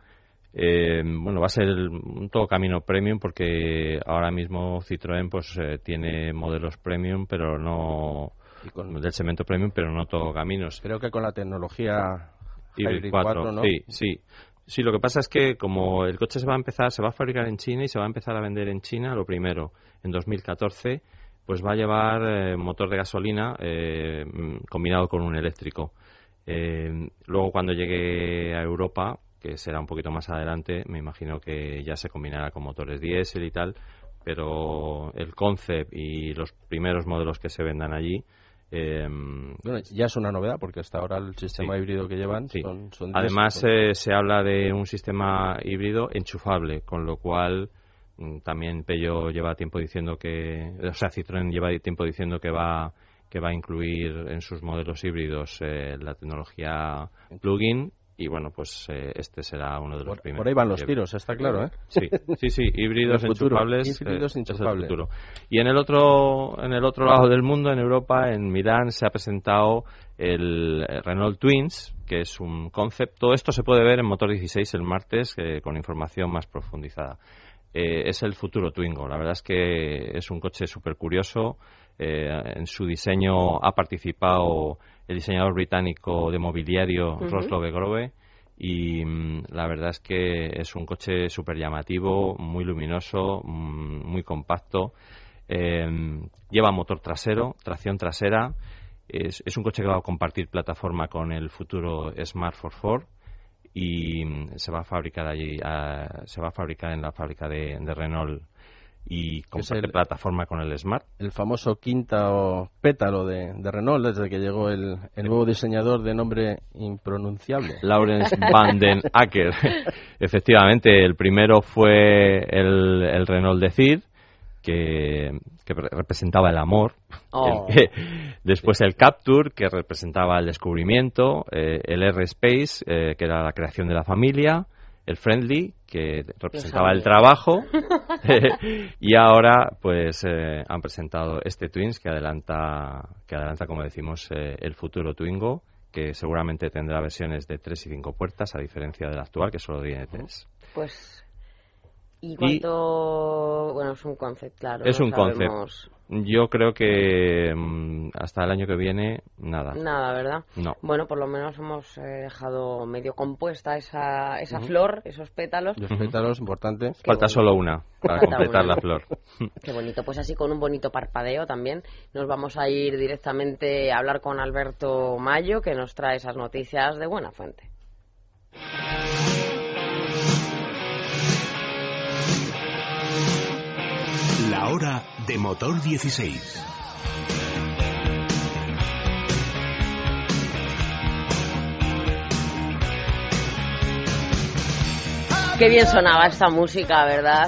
Eh, bueno, va a ser el, un todo camino premium porque ahora mismo Citroën pues eh, tiene modelos premium, pero no y con, del segmento premium, pero no todo caminos. Creo que con la tecnología Hybrid cuatro, ¿no? Sí, sí. Sí, lo que pasa es que como el coche se va a empezar, se va a fabricar en China y se va a empezar a vender en China, lo primero, en dos mil catorce, pues va a llevar eh, motor de gasolina eh, combinado con un eléctrico. Eh, luego cuando llegue a Europa, que será un poquito más adelante, me imagino que ya se combinará con motores diésel y tal, pero el concept y los primeros modelos que se vendan allí... Eh, bueno, ya es una novedad porque hasta ahora el sistema sí, híbrido que llevan sí. son, son además eh, se habla de un sistema híbrido enchufable, con lo cual también Peugeot lleva tiempo diciendo que, o sea, Citroën lleva tiempo diciendo que va que va a incluir en sus modelos híbridos eh, la tecnología plug-in. Y bueno, pues eh, este será uno de los por, primeros. Por ahí van los tiros, está claro, ¿eh? Sí, sí, sí, híbridos enchufables. Híbridos eh, enchufables. Es el futuro. Y en el otro, en el otro lado del mundo, en Europa, en Milán, se ha presentado el Renault Twins, que es un concept. Todo esto se puede ver en Motor dieciséis el martes, eh, con información más profundizada. Eh, es el futuro Twingo. La verdad es que es un coche súper curioso. Eh, en su diseño ha participado el diseñador británico de mobiliario uh-huh. Roslo Grove, y mm, la verdad es que es un coche súper llamativo, muy luminoso, mm, muy compacto. Eh, lleva motor trasero, tracción trasera. Es, es un coche que va a compartir plataforma con el futuro Smart cuatro cuatro y mm, se va a fabricar allí, a, se va a fabricar en la fábrica de, de Renault y comparte el, plataforma con el Smart. El famoso quinto pétalo de, de Renault, desde que llegó el, el nuevo diseñador de nombre impronunciable. Laurens van den Acker. Efectivamente, el primero fue el, el Renault Decid, que, que representaba el amor. Oh. El, después el Capture, que representaba el descubrimiento. Eh, el R-Space, eh, que era la creación de la familia. El Friendly, que representaba el trabajo. Y ahora pues eh, han presentado este Twins que adelanta, que adelanta como decimos, eh, el futuro Twingo, que seguramente tendrá versiones de tres y cinco puertas, a diferencia del actual, que solo tiene tres. Pues, ¿y cuánto? Y bueno, es un concept, claro. Es no un sabemos... concept. Yo creo que mmm, hasta el año que viene, nada. Nada, ¿verdad? No. Bueno, por lo menos hemos eh, dejado medio compuesta esa, esa uh-huh. flor, esos pétalos. Los pétalos, importante. Qué Falta bonito. Solo una para Falta completar una. La flor. Qué bonito. Pues así con un bonito parpadeo también nos vamos a ir directamente a hablar con Alberto Mayo, que nos trae esas noticias de buena fuente. La hora de Motor dieciséis. Qué bien sonaba esta música, ¿verdad?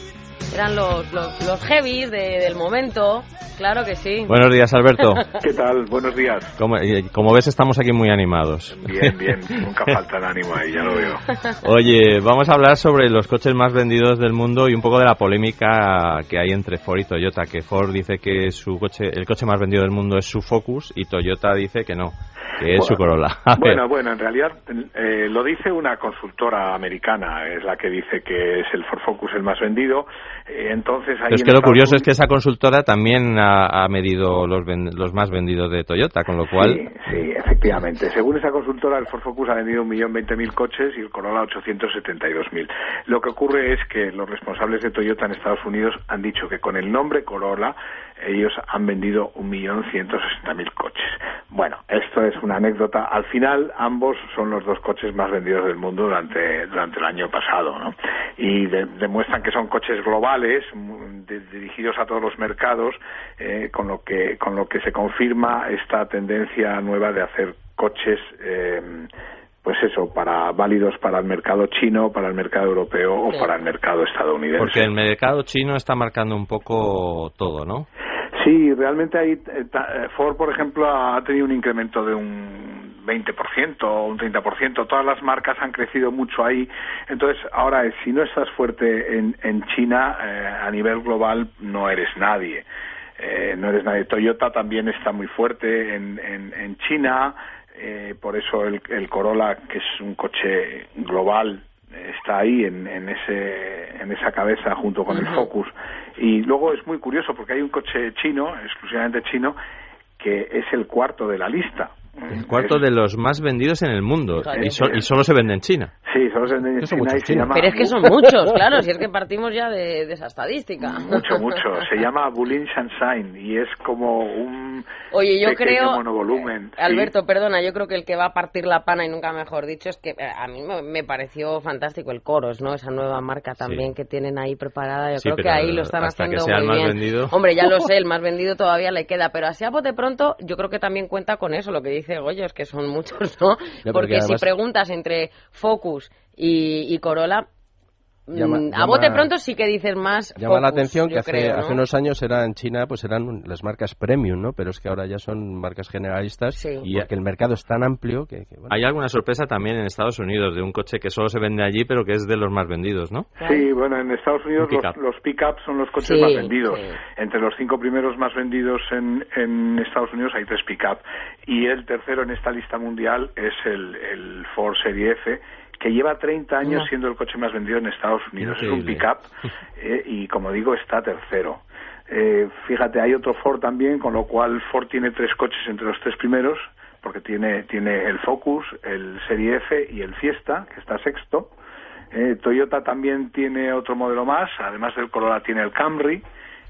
Eran los, los, los heavies de, del momento, claro que sí. Buenos días, Alberto. ¿Qué tal? Buenos días. Como, como ves, estamos aquí muy animados. Bien, bien. Nunca falta el ánimo ahí, ya lo veo. Oye, vamos a hablar sobre los coches más vendidos del mundo y un poco de la polémica que hay entre Ford y Toyota, que Ford dice que su coche, el coche más vendido del mundo es su Focus y Toyota dice que no, que es bueno, su Corolla. Bueno, bueno, en realidad eh, lo dice una consultora americana, es la que dice que es el Ford Focus el más vendido. Eh, entonces, ahí Pero es que lo curioso es que esa consultora también ha, ha medido los, ven, los más vendidos de Toyota, con lo cual... Sí, sí, efectivamente. Según esa consultora, el Ford Focus ha vendido un millón veinte mil coches y el Corolla ochocientos setenta y dos mil. Lo que ocurre es que los responsables de Toyota en Estados Unidos han dicho que con el nombre Corolla ellos han vendido un millón ciento sesenta mil coches. Bueno, esto es una anécdota. Al final, ambos son los dos coches más vendidos del mundo durante durante el año pasado, ¿no? Y de, demuestran que son coches globales, de, dirigidos a todos los mercados, eh, con lo que con lo que se confirma esta tendencia nueva de hacer coches, eh, pues eso, para válidos para el mercado chino, para el mercado europeo sí. o para el mercado estadounidense. Porque el mercado chino está marcando un poco todo, ¿no? Sí, realmente hay, Ford, por ejemplo, ha tenido un incremento de un veinte por ciento o un treinta por ciento. Todas las marcas han crecido mucho ahí. Entonces, ahora, si no estás fuerte en, en China, eh, a nivel global no eres nadie. Eh, no eres nadie. Toyota también está muy fuerte en, en, en China. Eh, por eso el, el Corolla, que es un coche global, está ahí en, en ese en esa cabeza junto con uh-huh. el Focus. Y luego es muy curioso porque hay un coche chino, exclusivamente chino, que es el cuarto de la lista. El cuarto es... de los más vendidos en el mundo y, so, y solo se vende en China. Sí, solo se vende en China y se llama... Pero es que son muchos, claro, si es que partimos ya de, de esa estadística. Mucho, mucho. Se llama Bulin Shanshan y es como un Oye, yo pequeño creo, monovolumen. Eh, Alberto, ¿sí? Perdona, yo creo que el que va a partir la pana y nunca mejor dicho es que eh, a mí me, me pareció fantástico el Coros, ¿no? Esa nueva marca también sí. que tienen ahí preparada. Yo sí, creo que ahí lo están hasta haciendo que sea muy el más bien. Vendido. Hombre, ya lo sé, el más vendido todavía le queda, pero así a bote pronto yo creo que también cuenta con eso, lo que dice Goyo, es que son muchos, ¿no? no Porque además... si preguntas entre Focus y, y Corolla, llama, a llama, bote pronto sí que dices más llama Focus, la atención que hace, creo, ¿no? hace unos años era en China, pues eran las marcas premium, ¿no? Pero es que ahora ya son marcas generalistas sí. y que el mercado es tan amplio que... que bueno. Hay alguna sorpresa también en Estados Unidos de un coche que solo se vende allí pero que es de los más vendidos, ¿no? Sí, bueno, en Estados Unidos pick los, los pick-ups son los coches sí, más vendidos. Sí. Entre los cinco primeros más vendidos en, en Estados Unidos hay tres pick-up y el tercero en esta lista mundial es el, el Ford Serie F, que lleva treinta años siendo el coche más vendido en Estados Unidos. Increíble. Es un pick-up eh, y, como digo, está tercero. Eh, fíjate, hay otro Ford también, con lo cual Ford tiene tres coches entre los tres primeros, porque tiene tiene el Focus, el Serie F y el Fiesta, que está sexto. Eh, Toyota también tiene otro modelo más, además del Corolla tiene el Camry.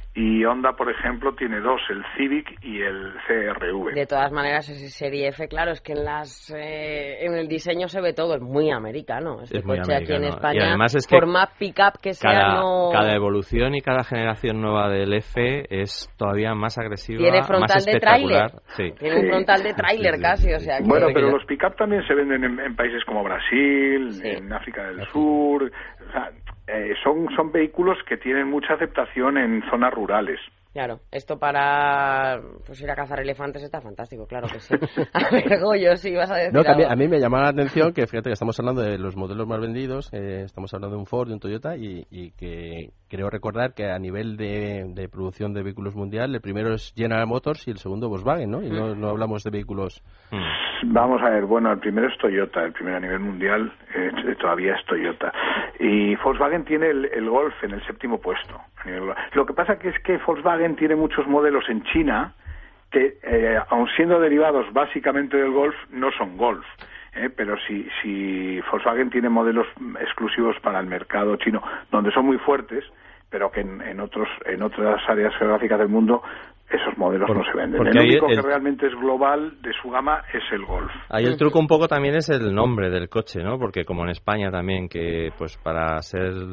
Y Honda, por ejemplo, tiene dos, el Civic y el C R V. De todas maneras, ese Serie F, claro, es que en las eh, en el diseño se ve todo, es muy americano. Este es muy coche americano. Aquí en España, y además es que por más pick-up que sea, cada, no... cada evolución y cada generación nueva del F es todavía más agresiva, Tiene frontal más de espectacular. Sí. Tiene sí. un frontal de tráiler sí, casi, o sea... Que... Bueno, pero los pick-up también se venden en, en países como Brasil, sí. en África del sí. Sur... O sea, eh, son, son vehículos que tienen mucha aceptación en zonas rurales. Claro, esto para pues ir a cazar elefantes está fantástico, claro que sí. A ver, Goyo, sí, vas a decir no, que a, mí, algo. a mí me llama la atención que, fíjate, que estamos hablando de los modelos más vendidos, eh, estamos hablando de un Ford, de un Toyota, y, y que creo recordar que a nivel de, de producción de vehículos mundial, el primero es General Motors y el segundo Volkswagen, ¿no? Y no, no hablamos de vehículos... Vamos a ver, bueno, el primero es Toyota, el primero a nivel mundial eh, todavía es Toyota. Y Volkswagen tiene el, el Golf en el séptimo puesto. Lo que pasa que es que Volkswagen tiene muchos modelos en China que, eh, aun siendo derivados básicamente del Golf, no son Golf. Eh, pero si, si Volkswagen tiene modelos exclusivos para el mercado chino, donde son muy fuertes, pero que en, en otros en otras áreas geográficas del mundo esos modelos Por, no se venden. El único el, que realmente es global de su gama es el Golf. Ahí el truco un poco también es el nombre del coche, ¿no? Porque como en España también, que pues para ser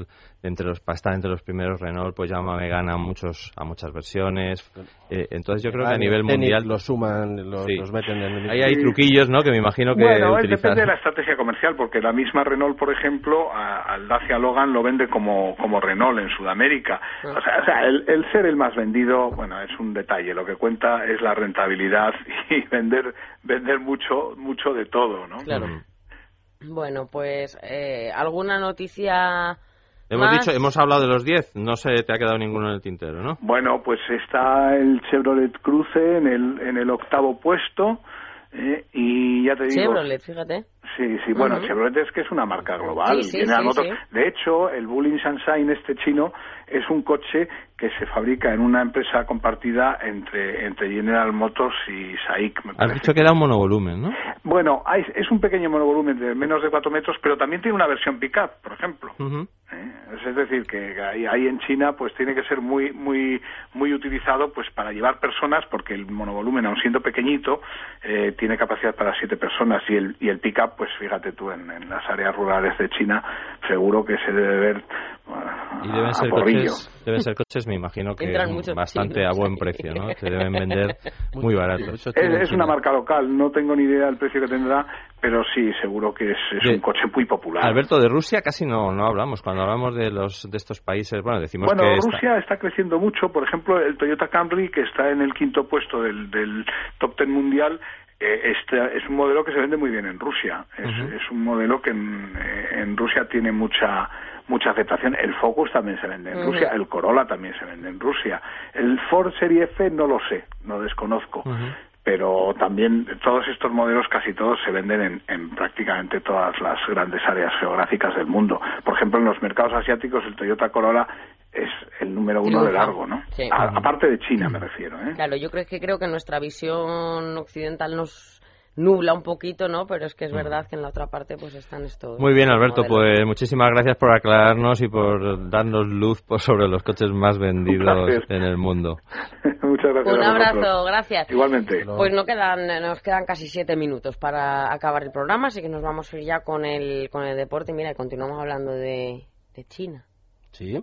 entre los, para estar entre los primeros Renault, pues ya me gana muchos, a muchas versiones. Eh, entonces yo creo que a nivel mundial... Los suman, los, sí. los meten en el mismo... Ahí hay truquillos, ¿no?, que me imagino que bueno, utilizan. Depende de la estrategia comercial, porque la misma Renault, por ejemplo, a, al Dacia Logan lo vende como, como Renault en Sudamérica. O sea, o sea el, el ser el más vendido, bueno, es un detalle. Lo que cuenta es la rentabilidad y vender vender mucho mucho de todo, ¿no? Claro. Mm. Bueno, pues, eh, ¿alguna noticia...? Hemos más? dicho, hemos hablado de los diez, no se te ha quedado ninguno en el tintero, ¿no? Bueno, pues está el Chevrolet Cruze en el en el octavo puesto, eh, y ya te digo... Chevrolet, fíjate. Sí, sí, bueno, uh-huh. Chevrolet es que es una marca global. Sí, sí, sí, Motors. sí. De hecho, el Bulin Sunshine, este chino, es un coche que se fabrica en una empresa compartida entre entre General Motors y SAIC. Me Has dicho que era un monovolumen, ¿no? Bueno, hay, es un pequeño monovolumen de menos de cuatro metros, pero también tiene una versión pick-up, por ejemplo. Uh-huh. ¿Eh? Es decir, que ahí, ahí en China pues tiene que ser muy muy muy utilizado pues para llevar personas, porque el monovolumen, aun siendo pequeñito, eh, tiene capacidad para siete personas, y el y el pick-up, pues fíjate tú, en, en las áreas rurales de China seguro que se debe ver uh, y deben a ser porrillo. coches, deben ser coches, me imagino que bastante chinos. A buen precio, ¿no? Se deben vender muy baratos. Es, es una marca local, no tengo ni idea del precio que tendrá, pero sí, seguro que es, es de, un coche muy popular. Alberto, de Rusia casi no no hablamos. Cuando hablamos de los de estos países, bueno, decimos bueno, que Rusia está... está creciendo mucho. Por ejemplo, el Toyota Camry, que está en el quinto puesto del, del top ten mundial, eh, este es un modelo que se vende muy bien en Rusia. Es, uh-huh. es un modelo que en, en Rusia tiene mucha mucha aceptación. El Focus también se vende en uh-huh. Rusia, el Corolla también se vende en Rusia. El Ford Serie F no lo sé, no desconozco. Uh-huh. Pero también todos estos modelos, casi todos, se venden en, en prácticamente todas las grandes áreas geográficas del mundo. Por ejemplo, en los mercados asiáticos, el Toyota Corolla es el número uno de largo, ¿no? Sí. A, aparte de China, me refiero, ¿eh? Claro, yo creo que creo que nuestra visión occidental nos nubla un poquito, ¿no? Pero es que es verdad que en la otra parte pues están estos... Muy bien, Alberto, modelos. Pues muchísimas gracias por aclararnos y por darnos luz por sobre los coches más vendidos en el mundo. Muchas gracias. Un abrazo, gracias. Igualmente. Pues no quedan, nos quedan casi siete minutos para acabar el programa, así que nos vamos a ir ya con el, con el deporte. Mira, continuamos hablando de, de China. Sí.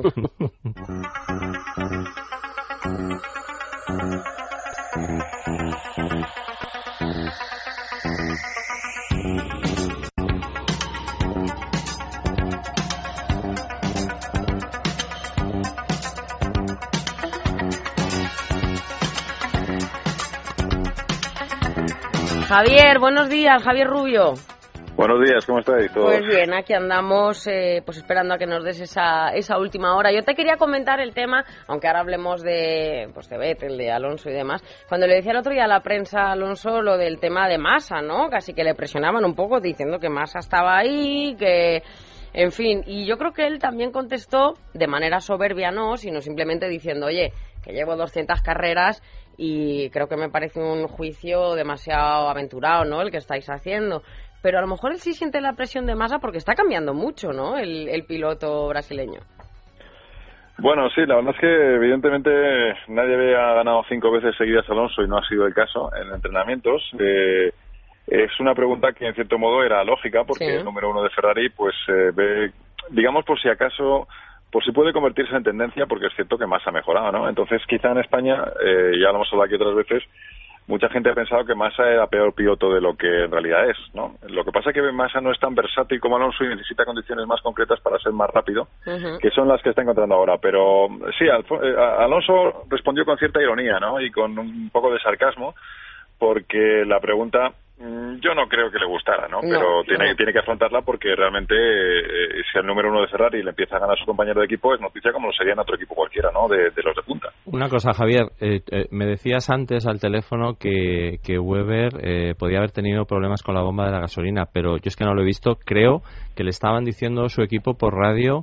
Javier, buenos días, Javier Rubio. Buenos días, ¿cómo estáis todos? Pues bien, aquí andamos eh, pues esperando a que nos des esa, esa última hora. Yo te quería comentar el tema, aunque ahora hablemos de, pues de Vettel, de Alonso y demás. Cuando le decía el otro día a la prensa a Alonso lo del tema de Massa, ¿no? Casi que le presionaban un poco diciendo que Massa estaba ahí, que... En fin, y yo creo que él también contestó de manera soberbia, no, sino simplemente diciendo, oye, que llevo doscientas carreras y creo que me parece un juicio demasiado aventurado, ¿no?, el que estáis haciendo. Pero a lo mejor él sí siente la presión de Massa porque está cambiando mucho, ¿no?, el, el piloto brasileño. Bueno, sí, la verdad es que evidentemente nadie había ganado cinco veces seguidas a Alonso y no ha sido el caso en entrenamientos. Eh, es una pregunta que en cierto modo era lógica porque sí. El número uno de Ferrari pues eh, ve, digamos, por si acaso, por si puede convertirse en tendencia, porque es cierto que Massa ha mejorado, ¿no? Entonces quizá en España, eh, ya lo hemos hablado aquí otras veces, mucha gente ha pensado que Massa era peor piloto de lo que en realidad es, ¿no? Lo que pasa es que Massa no es tan versátil como Alonso y necesita condiciones más concretas para ser más rápido, uh-huh. que son las que está encontrando ahora. Pero sí, Alonso respondió con cierta ironía, ¿no?, y con un poco de sarcasmo, porque la pregunta yo no creo que le gustara, ¿no? no Pero tiene, no. tiene que afrontarla porque realmente eh, si el número uno de Ferrari le empieza a ganar a su compañero de equipo es noticia como lo sería en otro equipo cualquiera, ¿no? De, de los de punta. Una cosa, Javier, eh, eh, me decías antes al teléfono que, que Weber eh, podía haber tenido problemas con la bomba de la gasolina, pero yo es que no lo he visto. Creo que le estaban diciendo su equipo por radio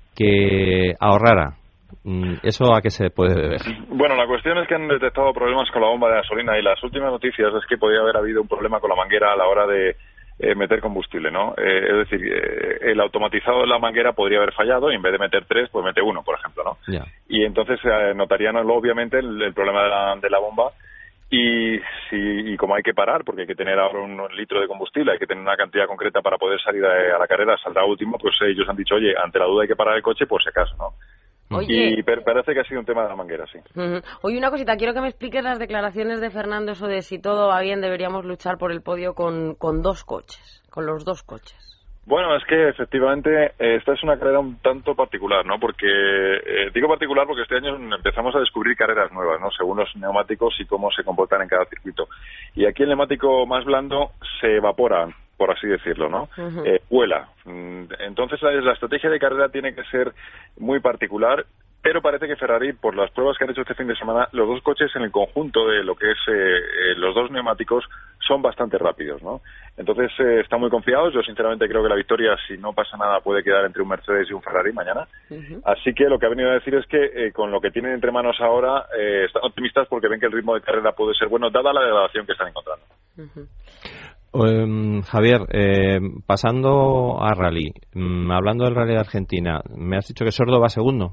que ahorrara. ¿Eso a qué se puede deber? Bueno, la cuestión es que han detectado problemas con la bomba de gasolina y las últimas noticias es que podía haber habido un problema con la manguera a la hora de eh, meter combustible, ¿no? Eh, es decir, eh, el automatizado de la manguera podría haber fallado y en vez de meter tres, pues mete uno, por ejemplo, ¿no? Yeah. Y entonces eh, notarían obviamente el, el problema de la, de la bomba Y, si, y como hay que parar, porque hay que tener ahora un litro de combustible, hay que tener una cantidad concreta para poder salir a, a la carrera, saldrá último, pues ellos han dicho, oye, ante la duda hay que parar el coche por si acaso, ¿no? Oye. Y per, parece que ha sido un tema de la manguera, sí. Uh-huh. Oye, una cosita, quiero que me expliques las declaraciones de Fernando, eso de si todo va bien deberíamos luchar por el podio con, con dos coches, con los dos coches. Bueno, es que efectivamente eh, esta es una carrera un tanto particular, ¿no? Porque, eh, digo particular porque este año empezamos a descubrir carreras nuevas, ¿no? Según los neumáticos y cómo se comportan en cada circuito. Y aquí el neumático más blando se evapora, por así decirlo, ¿no? Uh-huh. Eh, vuela. Entonces la, la estrategia de carrera tiene que ser muy particular, pero parece que Ferrari, por las pruebas que han hecho este fin de semana, los dos coches en el conjunto de lo que es eh, eh, los dos neumáticos son bastante rápidos, ¿no? Entonces eh, están muy confiados. Yo sinceramente creo que la victoria, si no pasa nada, puede quedar entre un Mercedes y un Ferrari mañana. Uh-huh. Así que lo que ha venido a decir es que eh, con lo que tienen entre manos ahora eh, están optimistas porque ven que el ritmo de carrera puede ser bueno, dada la degradación que están encontrando. Uh-huh. Um, Javier, eh, pasando a rally, um, hablando del rally de Argentina, me has dicho que Sordo va segundo.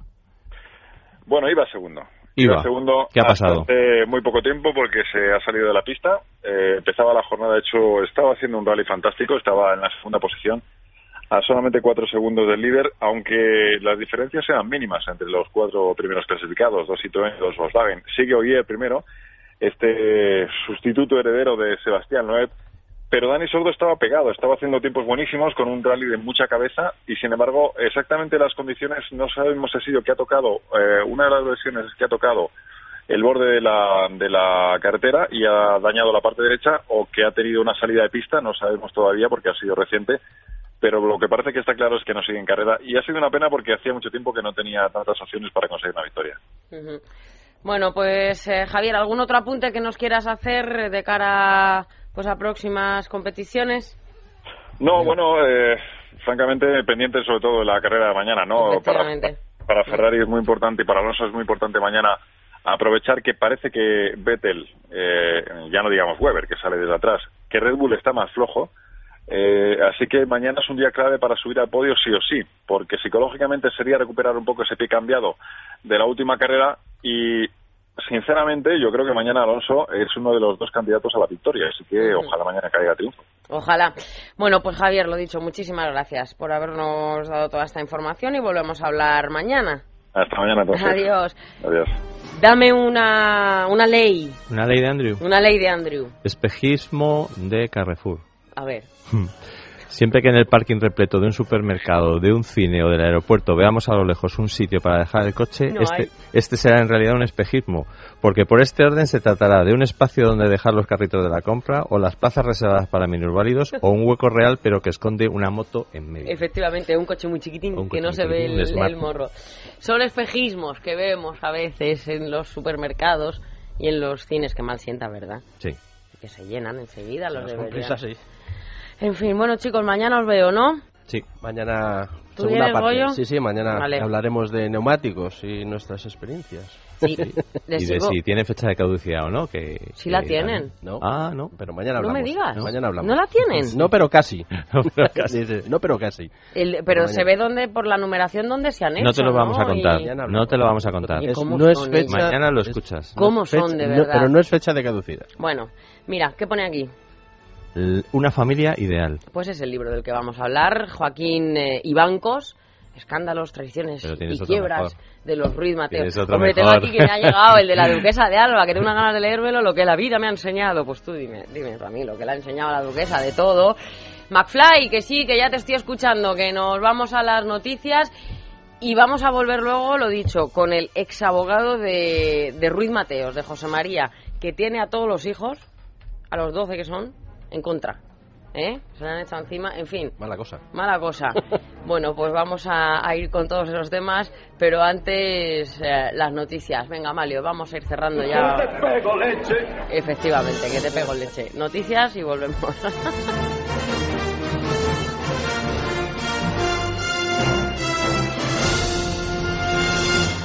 Bueno, iba segundo. Iba. Iba segundo. ¿Qué ha pasado? Hace muy poco tiempo porque se ha salido de la pista. Eh, empezaba la jornada, de hecho, estaba haciendo un rally fantástico, estaba en la segunda posición, a solamente cuatro segundos del líder, aunque las diferencias eran mínimas entre los cuatro primeros clasificados, dos Citroën y dos Volkswagen. Sigue Ogier primero, este sustituto heredero de Sebastián Loeb, pero Dani Sordo estaba pegado, estaba haciendo tiempos buenísimos con un rally de mucha cabeza y, sin embargo, exactamente las condiciones no sabemos si ha sido que ha tocado, eh, una de las versiones es que ha tocado el borde de la, de la carretera y ha dañado la parte derecha, o que ha tenido una salida de pista, no sabemos todavía porque ha sido reciente, pero lo que parece que está claro es que no sigue en carrera, y ha sido una pena porque hacía mucho tiempo que no tenía tantas opciones para conseguir una victoria. Uh-huh. Bueno, pues eh, Javier, ¿algún otro apunte que nos quieras hacer de cara pues a próximas competiciones? No, bueno, eh, francamente pendiente sobre todo de la carrera de mañana, ¿no? Para, para Ferrari es muy importante y para Alonso es muy importante mañana aprovechar que parece que Vettel, eh, ya no digamos Weber, que sale desde atrás, que Red Bull está más flojo, eh, así que mañana es un día clave para subir al podio sí o sí, porque psicológicamente sería recuperar un poco ese pie cambiado de la última carrera y, sinceramente, yo creo que mañana Alonso es uno de los dos candidatos a la victoria, así que ojalá mañana caiga triunfo. Ojalá. Bueno, pues Javier, lo dicho, muchísimas gracias por habernos dado toda esta información y volvemos a hablar mañana. Hasta mañana, entonces. Adiós. Adiós. Dame una, una ley. ¿Una ley de Andrew? Una ley de Andrew. Espejismo de Carrefour. A ver. Siempre que en el parking repleto de un supermercado, de un cine o del aeropuerto veamos a lo lejos un sitio para dejar el coche, no este, este será en realidad un espejismo, porque por este orden se tratará de un espacio donde dejar los carritos de la compra, o las plazas reservadas para minusválidos, o un hueco real pero que esconde una moto en medio. Efectivamente, un coche muy chiquitín que no se ve el, el morro. Son espejismos que vemos a veces en los supermercados y en los cines, que mal sienta, ¿verdad? Sí. Que se llenan enseguida los deberían. Prisa, sí. En fin, bueno, chicos, mañana os veo, ¿no? Sí, mañana ¿Tú segunda parte. Rollo? Sí, sí, mañana vale. Hablaremos de neumáticos y nuestras experiencias. Sí. sí. Y de si tiene fecha de caducidad o no, que... Sí que la tienen. No. Ah, no. Pero mañana hablamos. No me digas. No. Mañana hablamos. ¿No la tienen? No, pero casi. no, pero casi. no, pero casi. El, pero, pero se ve dónde, por la numeración dónde se han hecho, No te lo vamos ¿no? a contar. Y... No te lo vamos a contar. Es, no es fecha, mañana lo escuchas. ¿Cómo fecha, son, de verdad? No, pero no es fecha de caducidad. Bueno, mira, ¿qué pone aquí? Una familia ideal. Pues es el libro del que vamos a hablar. Joaquín eh, Ibancos, escándalos, traiciones y quiebras mejor. de los Ruiz Mateos. Hombre, mejor. Tengo aquí que me ha llegado el de la duquesa de Alba, que tengo unas ganas de leérmelo, lo que la vida me ha enseñado. Pues tú dime, dime a mí, lo que le ha enseñado la duquesa de todo. McFly, que sí, que ya te estoy escuchando, que nos vamos a las noticias y vamos a volver luego, lo dicho, con el ex abogado de, de Ruiz Mateos, de José María, que tiene a todos los hijos, a los doce que son, en contra, ¿eh? Se le han echado encima, en fin. Mala cosa. Mala cosa. Bueno, pues vamos a, a ir con todos esos temas, pero antes eh, las noticias. Venga, Malio, vamos a ir cerrando ya. ¡Que te pego leche! Efectivamente, que te pego leche. Noticias y volvemos.